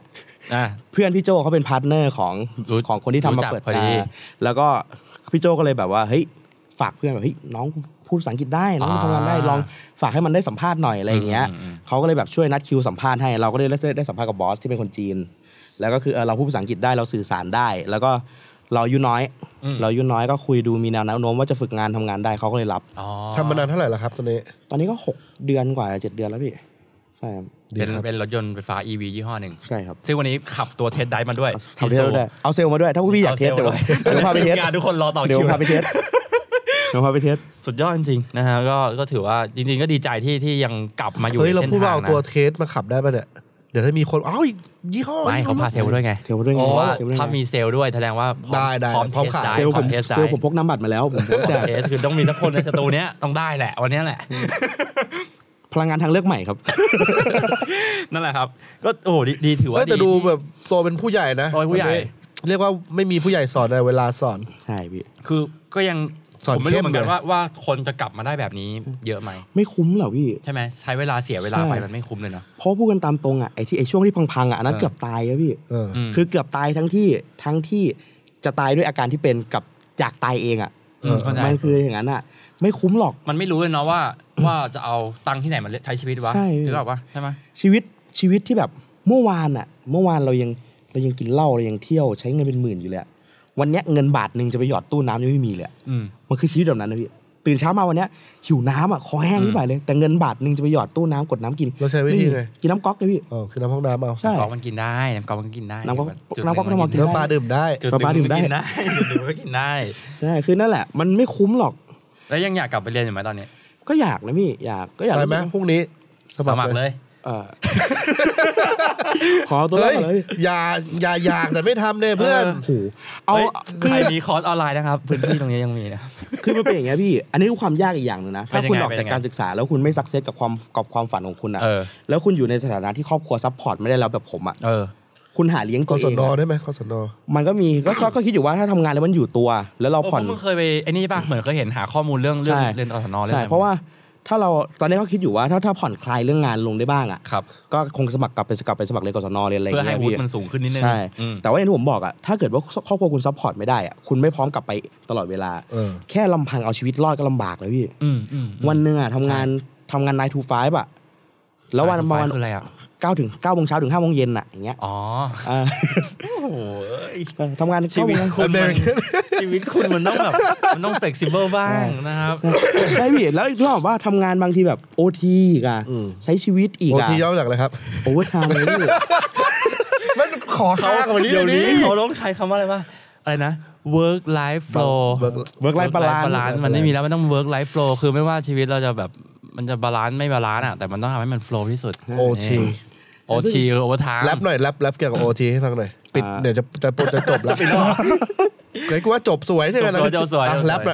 อ่ะเพื่อนพี่โจเขาเป็นพาร์ทเนอร์ของรู้ของคนที่ทำมารู้จักเปิดพอดีอ่าแล้วก็พี่โจก็เลยแบบว่าเฮ้ยฝากเพื่อนแบบเฮ้ยน้องพูดภาษาอังกฤษได้น้องทำงานได้ลองฝากให้มันได้สัมภาษณ์หน่อยอะไรอย่างเงี้ยอืมอืมเขาก็เลยแบบช่วยนัดคิวสัมภาษณ์ให้เราก็ได้ได้ได้สัมภาษณ์กับบอสที่เป็นคนจีน แล้วก็คือเออเราพูดภาษาอังกฤษได้เราสื่อสารได้ แล้วก็เราอายุน้อยอืมเราอายุน้อยก็คุยดูมีแนวโน้มว่าจะฝึกงานทำงานได้เขาก็เลยรับอ๋อทำมานานเท่าไหร่แล้วครับตอนนี้ตอนนี้ก็หกเดือนกว่าเจ็ดเดือนแล้วพี่ใช่ครับดีเป็นครับเป็นรถยนต์ไฟฟ้า อี วี ยี่ห้อหนึ่งใช่ครับซึ่งวันนี้ขับตัวเทสไดมาด้วยทำเทสด้วยเอาเซลล์มาด้วยถ้าพวกพี่อยากเทสเดี๋ยวเดี๋ยวพาไปเทสงานทุกคนรอต่อเดี๋ยวคิวพาไปเทสเดี๋ยวพาไปเทสสุดยอดจริงๆนะฮะก็ก็ถือว่าจริงๆก็ดีใจที่ที่ยังกลับมาอยู่เฮ้ยเราในพูดเส้นว่าทางเอานะตัวเทสมาขับได้ป่ะเนี่ยเดี๋ยวถ้ามีคนอ้าวยี่ห้อไม่เขาพาเซลล์ด้วยไงเทสมาด้วยอ๋ไงอว่าเทสมาด้วยไงถ้ามีเซลล์ด้วยแสดงว่าพร้อมได้ได้พร้อมพร้อมเทสขายได้เซลล์พผร้อมมเทสเซลล์ผมพกน้ำบัตรมาแล้วผมพกแต่เทสคือต้องมีสักคนในสตูเนี้ยต้องได้แหละวันเนี้ยแหละพลังงานทางเลือกใหม่ครับนั่นแหละครับ ก็โอ้โหดีดีถือว่าเฮ้ยแต่ดูแบบโตเป็นผู้ใหญ่นะโตเป็นผู้ใหญ่เรียกว่าไม่มีผู้ใหญ่สอนในเวลาสอนใช่พี่คือก็ยังสอนผมไม่รู้เหมือนกันเข้มเลยว่าว่าคนจะกลับมาได้แบบนี้เยอะไหมไม่คุ้มหรอพี่ใช่ไหมใช้เวลาเสียเวลาไปใช่มันไม่คุ้มเลยเนาะเพราะพูดกันตามตรงอ่ะไอ้ที่ไอ้ช่วงที่พังๆอ่ะอันนั้นเออเกือบตายอะพี่เออมคือเกือบตายทั้งที่ทั้งที่จะตายด้วยอาการที่เป็นกับจากตายเองอ่ะเออเข้าใจมันคืออย่างนั้นอ่ะ ไม่คุ้มหรอกมันไม่รู้เลยเนาะว่าว่าจะเอาตังค์ที่ไหนมาใช้ชีวิตวะใช่ถือแบบว่าใช่ไหมชีวิตชีวิตที่แบบเมื่อวานอ่ะ เมื่อวานเรายังเรายังกินเหล้าเรายังเที่ยวใช้เงินเป็นหมื่นอยู่เลยอะวันเนี้ยเงินบาทหนึ่งจะไปหยอดตู้น้ำยังไม่มีเลยอะอืมมันคือชีวิตแบบนั้นนะพี่ตื่นเช้ามาวันเนี้ยหิวน้ำอ่ะคอแห้งอืมที่ไหนเลยแต่เงินบาทหนึ่งจะไปหยอดตู้น้ำกดน้ำกินเราใช้วิธีไงกินน้ำก๊อกเลยพี่อ๋อคือน้ำห้องน้ำเอาใช่น้ำก๊อกมันกินได้น้ำก๊อกมันกินได้น้ำก๊อกจุดน้ำก๊อกหงน้ำก๊อกกินเนื้อปลาดื่มได้จุดหปลาดื่นึ่งมได้กินได้จุดหนึ่งก็กินได้ใช่คือนั่นแหละ มันไม่คุ้มหรอกแล้วยังอยากกลับไปเรียนอยู่ไหมตอนนี้ก็อยากนะพี่อยากก็อยากไปไหมพรุ่งนี้สสมัครมัครเลเลย ยเออ ขอตัวแรเฮ้กยก่อนเลยอย่าอย่าอยากแต่ไม่ทำเนี่ยเพื่อนโอ้โหเอาเฮ้ยคือใครมีคอร์สออนไลน์นะครับ พื้นที่ตรงนี้ยังมีนะครับคือมันเป็นอย่างเงี้ยพี่ อันนี้คือความยากอีกอย่างหนึงนะ ถ้าเป็นยังไงคุณออกจากเป็นยังไงการศึกษาแล้วคุณไม่สักเซสกับความกับความฝันของคุณอะเออแล้วคุณอยู่ในสถานะที่ครอบครัวซัพพอร์ตไม่ได้แล้วแบบผมอะเออคุณหาเลี้ยงกตัวศเองนอะได้ไหมกศนมันก็มีก็ก็ก็คิดอยู่ว่าถ้าทำงานแล้วมันอยู่ตัว แล้วเราโอ้ผ่อนพวกมึงเคยไปไอ้นี่ป่ะเหมือนเคยเห็นหาข้อมูลเรื่องเรื่องใช่เรียนอสนเรื่องใช่อะไรเพราะว่าถ้าเราตอนนี้ก็คิดอยู่ว่าถ้าถ้าผ่อนคลายเรื่องงานลงได้บ้างอะครับก็คงสมัครกลับไปกลับไปสมัครเรียนกศนเรียนอะไรอเพื่อย่าง ให้เงี้ยวุฒิพี่มันสูงขึ้นนิดนึงใช่อืมแต่ว่าอย่างที่ผมบอกอะถ้าเกิดว่าครอบครัวคุณซัพพอร์ตไม่ได้อะคุณไม่พร้อมกลับไปตลอดเวลาเออแค่ลำพังเอาชีวิตรอดก็ลำบากเลยพี่อืมอืมวันหนึ่งอะทำงานทำงานไนน์ทูไฟฟ์อะแล้ววันประมาณคืออะไรอ่ะเก้าถึงเก้าโมงเช้าถึงห้าโมงเย็นอะอย่างเงี้ยอ๋ออ่าโอ้โหเออทำงานชีวิตเก้าโมงคุณมัน American ชีวิตคุณมันต้องแบบมันต้อง flexible บ้างนะครับใช่พี่แล้วชอบว่าทำงานบางทีแบบโอทีอีกอะอืมใช้ชีวิตอีกโออะทีย่อมาจากอะไรครับโอเวอร์ไทม์เลยพี่มันขอข้างกว่านี้เดี๋ยวนี้ดิเขาต้องใช้คำว่าอะไรวะอะไรนะ work life flow Work- work life balance balance มันไม่มีแล้วมันต้อง work life flow คือไม่ว่าชีวิตเราจะแบบมันจะบาลานซ์ไม่บาลานซ์อ่ะแต่มันต้องทำให้มัน flow ที่สุดโอทีโอทีโอเวอร์ไทม์แรปหน่อยแรปแรปเกี่ยวกับโอทีให้ฟังหน่อยปิดอ่าเดี๋ยวจะจะจะจบแล้วเฮ้ยกูว่าจบสวยเนี่ยกันนะจบสวยจบสวยอ่ะจบสวยแรปหน่อย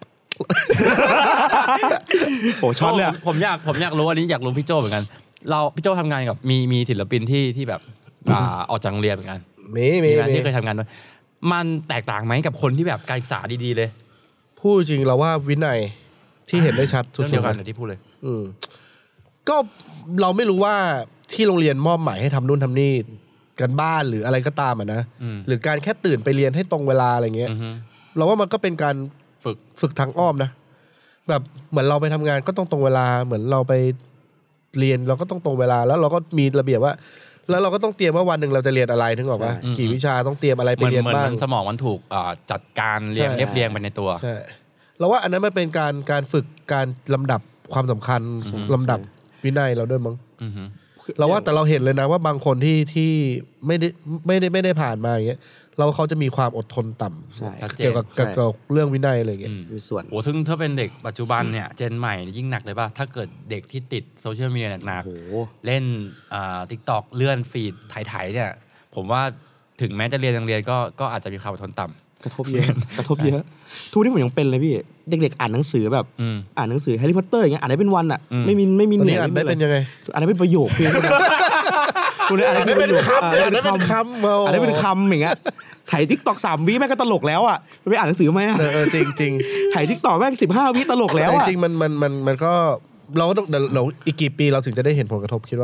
โอ้ช็อตเลยอะผมผมอยากผมอยากรู้อันนี้อยากรู้พี่โจเหมือนกัน เราพี่โจทำงานกับมีมีศิลปินที่ที่แบบอ่าออกจากโรงเรียนเหมือนกันมีมีมีไหมมีที่เคยทำงานด้วยมันแตกต่างไหมกับคนที่แบบการศึกษาดีๆเลยพูดจริงเราว่าวินัยที่เห็นได้ชัดสุเรื่องเดีดยวๆกันนะเลยที่พูดเลยอืมก็เราไม่รู้ว่าที่โรงเรียนมอบหมายให้ทำนู่นทำนี่กันบ้านหรืออะไรก็ตามอ่ะนะอืมหรือการแค่ตื่นไปเรียนให้ตรงเวลาอะไรเงี้ยอือฮึเราว่ามันก็เป็นการฝึกฝึกทางอ้อมนะแบบเหมือนเราไปทำงานก็ต้องตรงเวลาเหมือนเราไปเรียนเราก็ต้องตรงเวลาแล้วเราก็มีระเบียบว่า แล้วเราก็ต้องเตรียมว่าวันหนึ่งเราจะเรียนอะไรถึงบอกว่าใช่กี่วิชาต้องเตรียมอะไรเหไปมือนเรียนเหมือนบ้างมันสมองมันถูกอ่าจัดการเรียงใช่เรียบเรียงไปในตัวใช่เราว่าอันนั้นมันเป็นการการฝึกการลำดับความสำคัญอืมลำดับวินัยเราด้วยมั้งอือฮึเราว่าแต่เราเห็นเลยนะว่าบางคนที่ที่ไม่ได้ไม่ได้ไม่ได้ผ่านมาอย่างเงี้ยเราเขาจะมีความอดทนต่ำใช่ชัดเจนเกี่ยวกับใช่เกี่ยวกับเรื่องวินัยอะไรอย่างเงี้อืยมมีส่วนโอ้ซึ่งถ้าเป็นเด็กปัจจุบันเนี่ยเจนใหม่ยิ่งหนักเลยป่ะถ้าเกิดเด็กที่ติดโซเชียลมีเดียหนักโอ้ๆโหเล่นอ่าทิกตอกเลื่อนฟีดไถๆเนี่ยผมว่าถึงแม้จะเรียนยังเรียนก็ก็อาจจะมีความอดทนต่ำกระทบเยอะ กระทบเยอะ ทุกวันนี้ผมยังเป็นเลยพี่ เด็กๆอ่านหนังสือแบบอืมอ่านหนังสือแฮร์รี่พอตเตอร์อย่างเงี้ยอ่านได้เป็นวันอ่ะอืมไม่มีไม่มีตอนเหนื่นี้อยอ่านได้เป็นยังไงอ่านได้เป็นประโยคพี่คุณอ่านอ่านได้ได้เป็เป็น นประโยคคำอ่านอ่านได้ได้เป็เป็น นคำคำเอาอ่านได้เป็นคำอย่างเงี้ยถ่ายทิกตอกสามวิแม่งก็ตลกแล้วอ่ะไปอ่านหนังสือไหมอ่ะเออเออจริงจริงถ่ายทิกตอกแม่งสิบห้าวิตลกแล้วแต่อ่ะจริงๆมันมันมันมันก็เราก็ต้องเดี๋ยวเราอีกกี่ปีเราถึงจะได้เห็นผลกระทบคิดว่า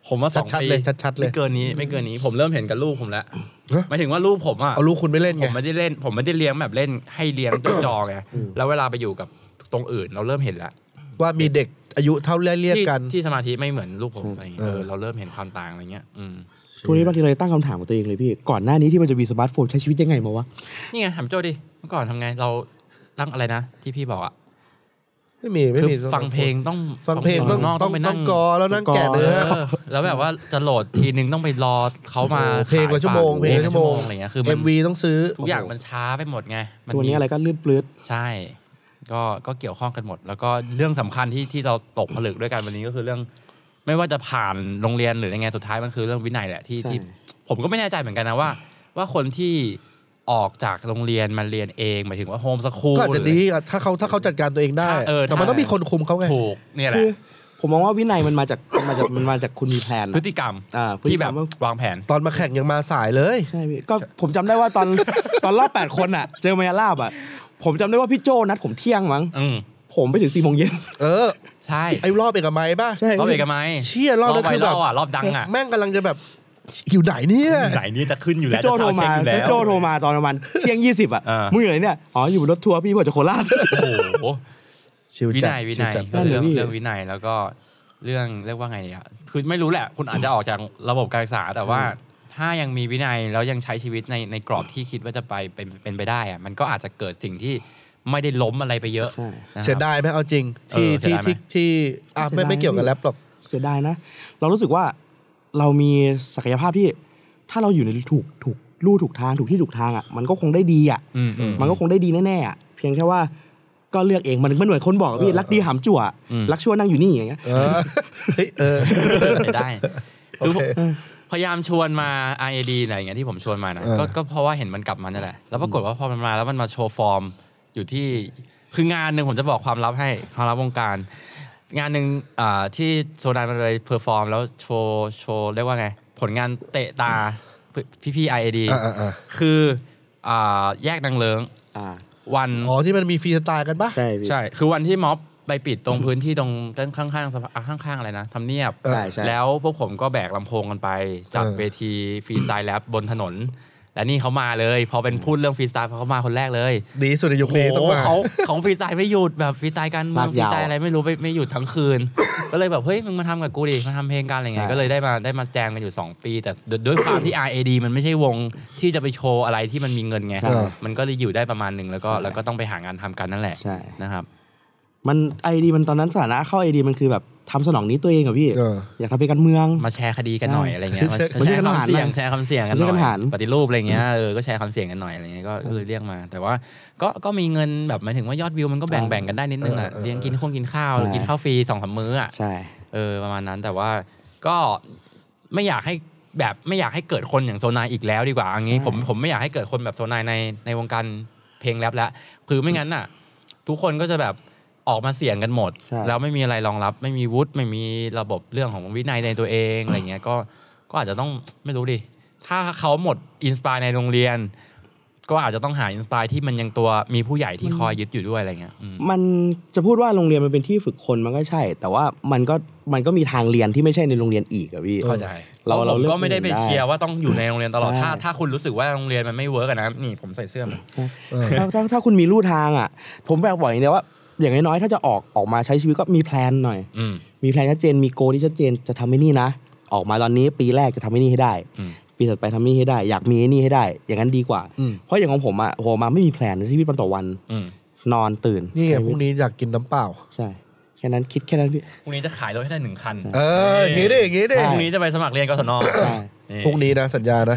ผมว่าสองชัดปีๆเลยชัดๆเลยไม่เกินนี้ไม่เกินนี้ผมเริ่มเห็นกับลูกผมแล้วฮะหมายถึงว่าลูกผมอ่ะเอาลูกคุณไม่เล่นผไงมไม่ได้เล่น ผมไม่ได้เลี้ยงแบบเล่นให้เลี้ยงจอๆไงแล้วเวลาไปอยู่กับตรงอื่นเราเริ่มเห็นแล้วว่ามีเด็กอายุเท่าเรียกที่กันที่สมาธิไม่เหมือนลูกผมอะไรอย่างเงี้ยเอเอออเราเริ่มเห็นความต่างอะไรเงี้ยอืมทุกนี้บางทีเราตั้งคำถามกับตัวเองเลยพี่ก่อนหน้านี้ที่มันจะมีสมาร์ทโฟนใช้ชีวิตยังไงมาวะนี่ไงถามโจดิเมื่อก่อนทำไงเราตั้งอะไรนะ ที่พี่บอกอ่ะไม่มีไม่คือมีฟังเพลงต้องฟังเพลงต้องนอกต้ต้ออง งไปต้นั่อง งกอแล้วนั่งแกะเอเนื้ออแล้วแบบว่าจะโหลดทีนึงต้องไปรอเขามาเพลงละชั่วโมงเพลงละชั่วโมงอะไรเงี้ยคือเอ็มันมวีต้องซื้อทุกอย่างมันช้าไปหมดไงมัตัวนี้อะไรก็ลื่นปลื้ดใช่ ก็ก็เกี่ยวข้องกันหมด แล้วก็เรื่องสำคัญที่ที่เราตกผลึกด้วยกันวันนี้ก็คือเรื่อง ไม่ว่าจะผ่านโรงเรียนหรือยังไงสุดท้ายมันคือเรื่องวินัยแหละที่ที่ผมก็ไม่แน่ใจเหมือนกันนะว่า ว่าคนที่ออกจากโรงเรียนมาเรียนเองหมายถึงว่าโฮมสคูลก็อาจจะดีอ่ะถ้าเขาถ้าเขาจัดการตัวเองได้เออแต่มันต้องมีคนคุมเขาไงถูกเนี่ยแหคืละอผมมองว่าวินัยมันมาจากมันมาจากมันมาจากคุณมีแผนพฤติกรรมอ่าพฤติที่กแบรรบมวางแผนตอนมาแข่งยังมาสายเลยใช่พี่ก็ผมจำได้ว่าตอน ตอนรอบแปดคนอ่ะ เจอมายาลาบอ่ะผมจำได้ว่าพี่โจนัดผมเที่ยงมั้งอืมผมไปถึงสี่โมงเย็นเออใช่ไอ้รอบเอกมัยป่ะใช่รอบเอกมัยเชี่ยรอบนั้นคือแบบรอบไวรัลอะรอบดังอะแม่งกำลังจะแบบหิวไหนเนี่ยไหนนี่จะขึ้นอยู่แล้วพี่โจโทรมาจะเช็คอยู่แล้วพี่โจโทรมาตอนประมาณเที่ยงยี่สิบอ่ะเออมึงอยู่ไหนเนี่ยอ๋ออยู่บนรถทัวร์พี่ผมจะโคราชโอ้โหชิววิจัดนัยวิชินัยจัดก็เรื่องนั่นเลยพี่เรื่องวินัยแล้วก็เรื่องเรียกว่าไงอ่ะคือไม่รู้แหละ คุณอาจจะออกจากระบบการศึกษาแต่ว่าถ้ายังมีวินัยแล้วยังใช้ชีวิตในในกรอบที่คิดว่าจะไปเป็นเป็นไปได้อ่ะมันก็อาจจะเกิดสิ่งที่ไม่ได้ล้มอะไรไปเยอะใช่นะครับเสียดายไหมเอาจริงที่เออเสีที่ยดายไหมที่ที่อ่ะเสียไม่ดายไม่เกี่ยวกับแรปหรอกเสียดายนะ เรารู้สึกว่าเรามีศักยภาพที่ ถ้าเราอยู่ในถูกถูกลู่ถูกทางถูกที่ถูกทางอ่ะมันก็คงได้ดีอ่ะอืมอืมมันก็คงได้ดีแน่ๆอ่ะเพียงแค่ว่าก็เลือกเองมันมันเหมือนคนบอกอะพี่เออรักดีหามจั่วอืมรักชั่วนั่งอยู่นี่อย่างเงี้ยเออเฮ้ยเออได้โอคือเคพยายามชวนมา อาร์ เอ ดี อะไรอย่างเงี้ยที่ผมชวนมานะเออก็ก็เพราะว่าเห็นมันกลับมานั่นแหละแล้วปรากฏว่าพอมันมาแล้วมันมาโชว์ฟอร์มอยู่ที่คืองานหนึ่งผมจะบอกความลับให้ความลับวงการ งานหนึ่งอ่าที่โซดามันเลยเพอร์ฟอร์มแล้วโชว์โชว์เรียกว่าไง ผลงานเตะตาพี่พี่ อาร์ เอ ดีอ่าอ่าอ่าคืออ่าแยกนางเลิงอ่าวันอ๋อที่มันมีฟรีสไตล์กันปะใช่พี่ใช่คือวันที่ม็อบไปปิดตรงพื้นที่ตรงด้านข้างๆสภาอ่ะข้างๆอะไรนะทำเนียบเออใช่ใช่แล้วพวกผมก็แบกลำโพงกันไปจัดเออเวทีฟรีสไตล์แรปบนถนน และนี่เขามาเลย พอเป็นพูดเรื่องฟรีสไตล์เขามาคนแรกเลยดีที่สุดในยุคนี้ต้องมาโโหเขาเขาฟรีสไตล์ไม่หยุดแบบฟรีสไตล์การเมืองลากฟรียาวสไตล์อะไรไม่รู้ไม่ไม่หยุดทั้งคืน ก็เลยแบบเฮ้ยมึงมาทำกับกูดิมาทำเพลงกันอะไรเงี้ยใช่ก็เลยได้มาได้มาแจงกันอยู่สองปี แต่ด้วยความที่ อาร์ เอ ดี มันไม่ใช่วงที่จะไปโชว์อะไรที่มันมีเงินไงใช่มันก็เลยอยู่ได้ประมาณหนึ่งแล้วก็แล้วก็ต้องไปหางานทำกันนั่นแหละใช่นะครับมันไอดีมันตอนนั้นสถานะเข้าไอดีมันคือแบบทำสนองนี้ตัวเองอะพี่เอออยากทำเพลงการเมืองมาแชร์คดีกันหน่อยอะไรเงี้ยมามาแชช่วยร์กันความหาเสี่ยงหน่อยแชร์ความเสี่ยงกันหมาช่วยกันน่หาอยปฏิรูปอะไรเงี้ยเออก็แชร์ความเสี่ยงกันหน่อยอะไรเงี้ยก็ก็เลยเรียกมา แต่ว่าก็ก็มีเงินแบบหมายถึงว่ายอดวิวมันก็แบ่งแบ่งกันได้นิดนึงอ่ะเออเออเลี้ยงกินข้าวกินข้าวใช่กินข้าวฟรีสองสามมื้ออ่ะใช่เออประมาณนั้นแต่ว่าก็ไม่อยากให้แบบไม่อยากให้เกิดคนอย่างโซนายอีกแล้วดีกว่าอันนี้ผมผมไม่อยากให้เกิดคนแบบโซนายในในวงการเพลงแรปแล้วคือไม่งั้นน่ะ ทุกคนก็จะแบบออกมาเสี่ยงกันหมดใช่แล้วไม่มีอะไรรองรับ ไม่มีวุฒิไม่มีระบบเรื่องของวินัยในตัวเองอะไรเงี้ยก็ก็อาจจะต้องไม่รู้ดิถ้าเขาหมดอินสปายในโรงเรียน ก็อาจจะต้องหาอินสปายที่มันยังตัวมีผู้ใหญ่ที่คอยยึดอยู่ด้วยอะไรเงี้ยอืมมันจะพูดว่าโรงเรียนมันเป็นที่ฝึกคนมันก็ใช่ แต่ว่ามันก็มันก็มีทางเรียนที่ไม่ใช่ในโรงเรียนอีกอะพี่เข้าใจเราเราเราเราเลือกก็ไม่ได้ไปได้เชียร์ว่าต้องอยู่ในโรงเรียนตลอดใช่ถ้าถ้าคุณรู้สึกว่าโรงเรียนมันไม่เวิร์กอะนะนี่ผมใส่เสื้อมาเออถ้าถ้าถ้าคุณมีลู่ทางอ่ะ ผมแบบบอกอย่างเดียวว่า อย่างน้อยๆถ้าจะออกออกมาใช้ชีวิตก็มีแพลนหน่อยอืมมีแพลนชัดเจนมีโกที่ชัดเจนจะทำให้นี่นะ ออกมาตอนนี้ปีแรกจะทำให้นี่ให้ได้อืมปีถัดไปทำนี่ให้ได้ อยากมีไอ้นี่ให้ได้ อย่างนั้นดีกว่าอืมเพราะอย่างของผมอ่ะผมมาไม่มีแพลนในชีวิตวันต่อวันอืมนอนตื่นนี่ไงพรุ่งนี้อยากกินน้ำเปล่าใช่แค่นั้นคิดแค่นั้นพี่พรุ่งนี้จะขายรถให้ได้หนึ่งคันเอออย่างงี้ดิอย่างงี้ดิพรุ่งนี้จะไปสมัครเรียนกศนใช่นี่พรุ่งนี้นะสัญญานะ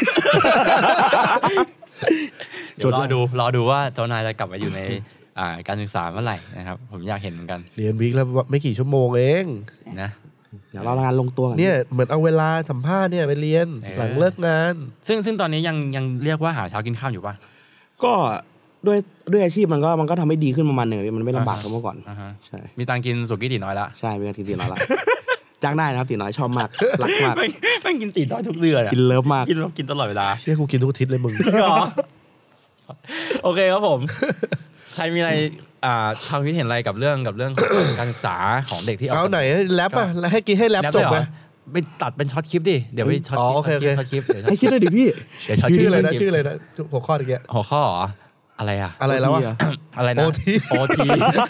เดี๋ยวรอดูรอดูว่าเจ้านายจะกลับมาอยู่ในอ่าการศึกษาเมื่อไหร่นะครับ ผมอยากเห็นเหมือนกันเรียนวิกแล้วไม่กี่ชั่วโมงเองนะเดี๋ยวเรางานลงตัวกัเนี่ยเหมือนเอาเวลาสัมภาษณ์เนี่ยไปเรียนเออหลังเลิกงานซึ่งซึ่งตอนนี้ยังยังเรียกว่าหาเช้ากินข้าวอยู่ป่ะก็ด้วยด้วยอาชีพมันก็มันก็ทำให้ดีขึ้นประมาณหนึ่งพี่มันไม่ลำบากอ่าฮะเท่าเมื่อก่อนอ่าฮะใช่มีตังค์กินสุกี้ตีน้อยละใช่เป็นการทีตีน้อยละ จ้างได้นะครับตีน้อยชอบมากรักมากไม่ไม่กินตีน้อยทุกเดือนอะกินเลิฟมากกินกินตลอดเวลาเชี่ยกูกินทุกอาทิตย์เลยมึงเหรอโอเคครับผม ใครมีอะไรอ่าความคิดเห็นอะไรกับเรื่องกับเรื่องของ การศึกษาของเด็กที่ออกเอาไหนแรปอ่ะแล้วให้กินให้แรปจบไหมไปตัดเป็นช็อตคลิปดิเดี๋ยวไปช็อตอ๋อคลิปโอเคโอเคช็อตคลิปให้คิดเลยดิพี่เดี๋ยวช็อตคลิปชื่ออะไรนะดี๋วช็ตคลิปชื่ออะไรนะหัวข้อตะเกียหัวข้อเหรออะไรอะอะไรแล้ววะอะไรนะโอทีโอที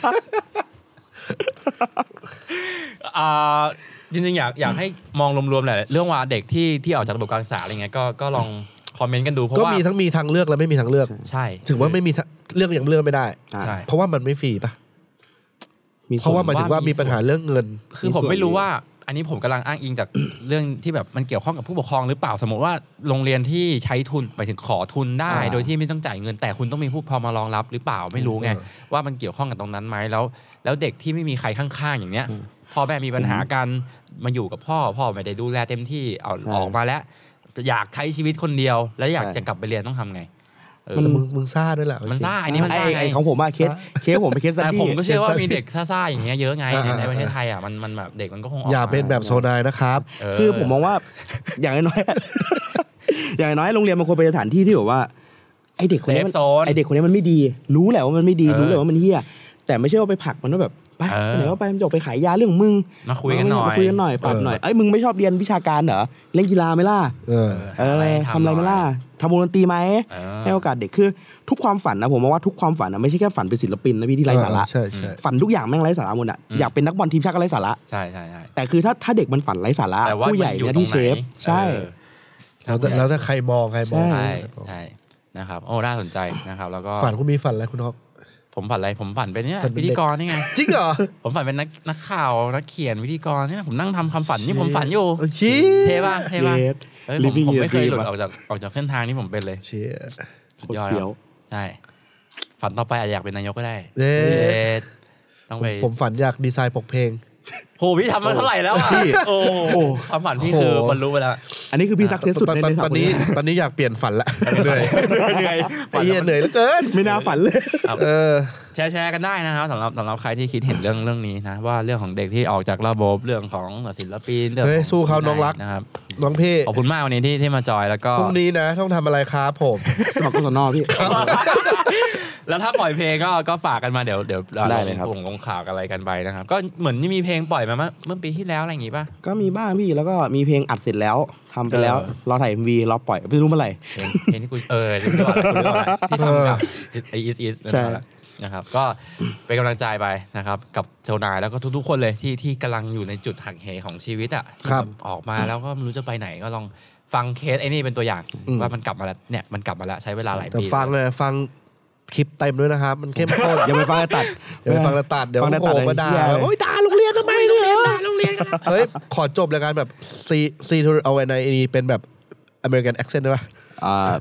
อ่าจริงๆอยากอยากให้มองรวมๆแหละเรื่องว่าเด็กที่ที่ออกจากระบบการศึกษาอะไรเงี้ยก็ก็ลองคอมเมนต์กันดูเพราะก็ว่ามีทั้งมีทางเลือกและไม่มีทางเลือกใช่ถึงว่าไม่มีทางเลือกอย่างเลือกไม่ได้ใช่เพราะว่ามันไม่ฟรีปะมีเพราะว่าหมายถึงว่ามีปัญหาเรื่องเงินคือผมไม่รู้ว่า อันนี้ผมกำลังอ้างอิงจาก เรื่องที่แบบมันเกี่ยวข้องกับผู้ปกครองหรือเปล่าสมมติว่าโรงเรียนที่ใช้ทุนหมายถึงขอทุนได้อ่าโดยที่ไม่ต้องจ่ายเงินแต่คุณต้องมีผู้ปกครองมารองรับหรือเปล่าไม่รู้ไงเออว่ามันเกี่ยวข้องกับตรงนั้นไหมแล้ว แล้วเด็กที่ไม่มีใครข้างๆอย่างเนี้ยพ่อแม่มีปัญหากันมาอยู่กับพ่อพ่อไม่ได้ดูแลเต็มที่เอาออกมาแล้ว อยากใช้ชีวิตคนเดียว แล้วอยากจะกลับไปเรียนต้องทำไงเออแต่มึงมึงซ่าด้วยแหละมันซ่าอันนี้มันไอ้ซ่าไงไอ้ของผมอะเคสเคสผมเป็นเคสสแต่ตี้ผมก็เชื่อว่ามีเด็กซ่าๆอย่างเงี้ยเยอะไงในอ่าในประเทศไทยอ่ะมันมันแบบเด็กมันก็คงออกอย่ามาเป็นแบบโซนายนะครับเออคือผมมองว่าอย่างน้อยๆ อย่างน้อยๆโรงเรียนมันควรเป็นสถานที่ที่แบบว่าไอเด็กคนนี้มันเซฟโซนไอเด็กคนนี้มันไม่ดี รู้แหละว่ามันไม่ดีเออรู้แหละว่ามันเฮี้ยแต่ไม่ใช่ว่าไปผลักมันว่าแบบไปเออไปไหนว่าไปมันจะออกไปขายยาเรื่องของมึงมาคุยกันหน่อยมาคุยกันหน่อยปรับหน่อยเอ้ยมึงไม่ชอบเรียนวิชาการเหรอเล่นกีฬาไหมล่ะเออเอออะไรทำอะไรไหมล่ะทำวงดนตรีไหมเออให้โอกาสเด็กคือทุกความฝันนะผมมองว่าทุกความฝันนะไม่ใช่แค่ฝันเป็นศิลปินนะพี่ที่ไร้สาระใช่ใช่ฝันทุกอย่างแม่งไร้สาระหมดอ่ะอืมอยากเป็นนักบอลทีมชาติก็ไร้สาระใช่ใช่ใช่แต่คือถ้าถ้าเด็กมันฝันไร้สาระแต่ว่าผู้ใหญ่มันอยู่เนี่ยที่ตเชรงไหนฟใช่เออแล้วแต่แล้วแต่ใครมองใครมองใช่ใช่ใช่นะครับโอ้น่าสนใจนะครับ แล้วก็ฝันคุณมีฝันอะไรคุณฮอกผมฝันอะไรผมฝันเป็นเนี่ยฝันเป็นพิเด็กธีกรนี่ไงจริงเหรอผมฝันเป็นนักนักข่าวนักเขียนวิธีกรเนี่ยผมนั่งทำคำฝันนี่ผมฝันอยู่เออชี้เท่ป่ะเท่ป่ะเยสเฮ้ยผม Living ผม in a ไม่เคยหลุด dream ออกจากออกจากเส้นทางที่ผมเป็นเลยเชี่ยสุดยอดโคตรเฟี้คยวรับใช่ฝันต่อไปอาจจะอยากเป็นนายกก็ได้เย้เย้ต้องไปผมฝันอยากดีไซน์ปกเพลงโหพี่ทำมาเท่าไหร่แล้วอ่ะโอ้โหความฝันพี่คือบรรลุไปแล้วอันนี้คือพี่ซักเซสสุดตอนในตอนในสาตมอนนี้คเยตอนนี้อยากเปลี่ยนฝันละเหนื่อยเหนื่อยไอ้เหี้ยเหนื่อยเหลือเกินไม่น่าฝันเลยครับเออแชร์แชร์กันได้นะครับสำหรับสำหรับใครที่คิดเห็นเรื่องเรื่องนี้นะว่าเรื่องของเด็กที่ออกจากระบบเรื่องของศิลปินเรื่องเฮ้ยของสู้เขาน้องรักนะครับน้องพี่ขอบคุณมากวันนี้ที่ที่มาจอยแล้วก็พรุ่งนี้นะต้องทำอะไรครับผมสมัครกศนพี่แล้วถ้าปล่อยเพลงก็ก็ฝากกันมาเดี๋ยวเดี๋ยวได้เลยครับลงลงข่าวกันอะไรกันไปนะครับก็เหมือนมีเพลงปล่อยมาเมื่อเมื่อปีที่แล้วอะไรอย่างงี้ป่ะก็มีบ้างพี่แล้วก็มีเพลงอัดเสร็จแล้วทำไปแล้วเออรอถ่าย เอ็ม วีรอปล่อยไม่รู้เมื่อไหร่เพลงเพลงที่กูเออที่กูบอกแล้วที่ทำกับไออีสอีสใช่นะครับก็เป็นกำลังใจไปนะครับกับเจ้านายแล้วก็ทุกๆคนเลยที่ที่กำลังอยู่ในจุดหักเหของชีวิตอ่ะที่ครับออกมาแล้วก็ไม่รู้จะไปไหนก็ลองฟังเคสไอ้นี่เป็นตัวอย่างอืมว่ามันกลับมาแล้วเนี่ยมันกลับมาแล้วใช้เวลาหลายแต่ปีฟังเลยฟังคลิปเต็มด้วยนะครับ มันเข้มข้นอย่าไปฟังแต่ตัดเดี๋ยวไปฟังแล้วตัดเดี๋ยวฟังแต่โผตัดล่มาด่าเลยเหี้ยเลยโอ๊ยด่าโรงเรียนทำไมเนี่ยด่าโรงเรียนเฮ้ยขอจบรายการแบบซีซีทูเอาไว้ในนี้เป็นแบบ American accent ได้ปะอ่า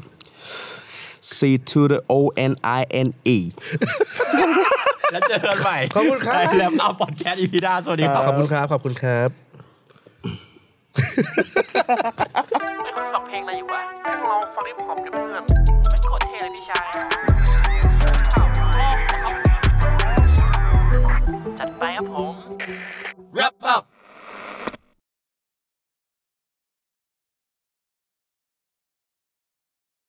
C to the O N I N E แล้วเจอกันใหม่ขอบคุณครับแล้วเอาพอดแคสต์อีพีหน้าสวัสดีครับขอบคุณครับขอบคุณครับไม่คุณฟังเพลงอะไรอยู่วะลองฟังฮิปฮอปกับเพื่อนมันโคตรเท่เลยพี่ชายจัดไปครับผม Wrap up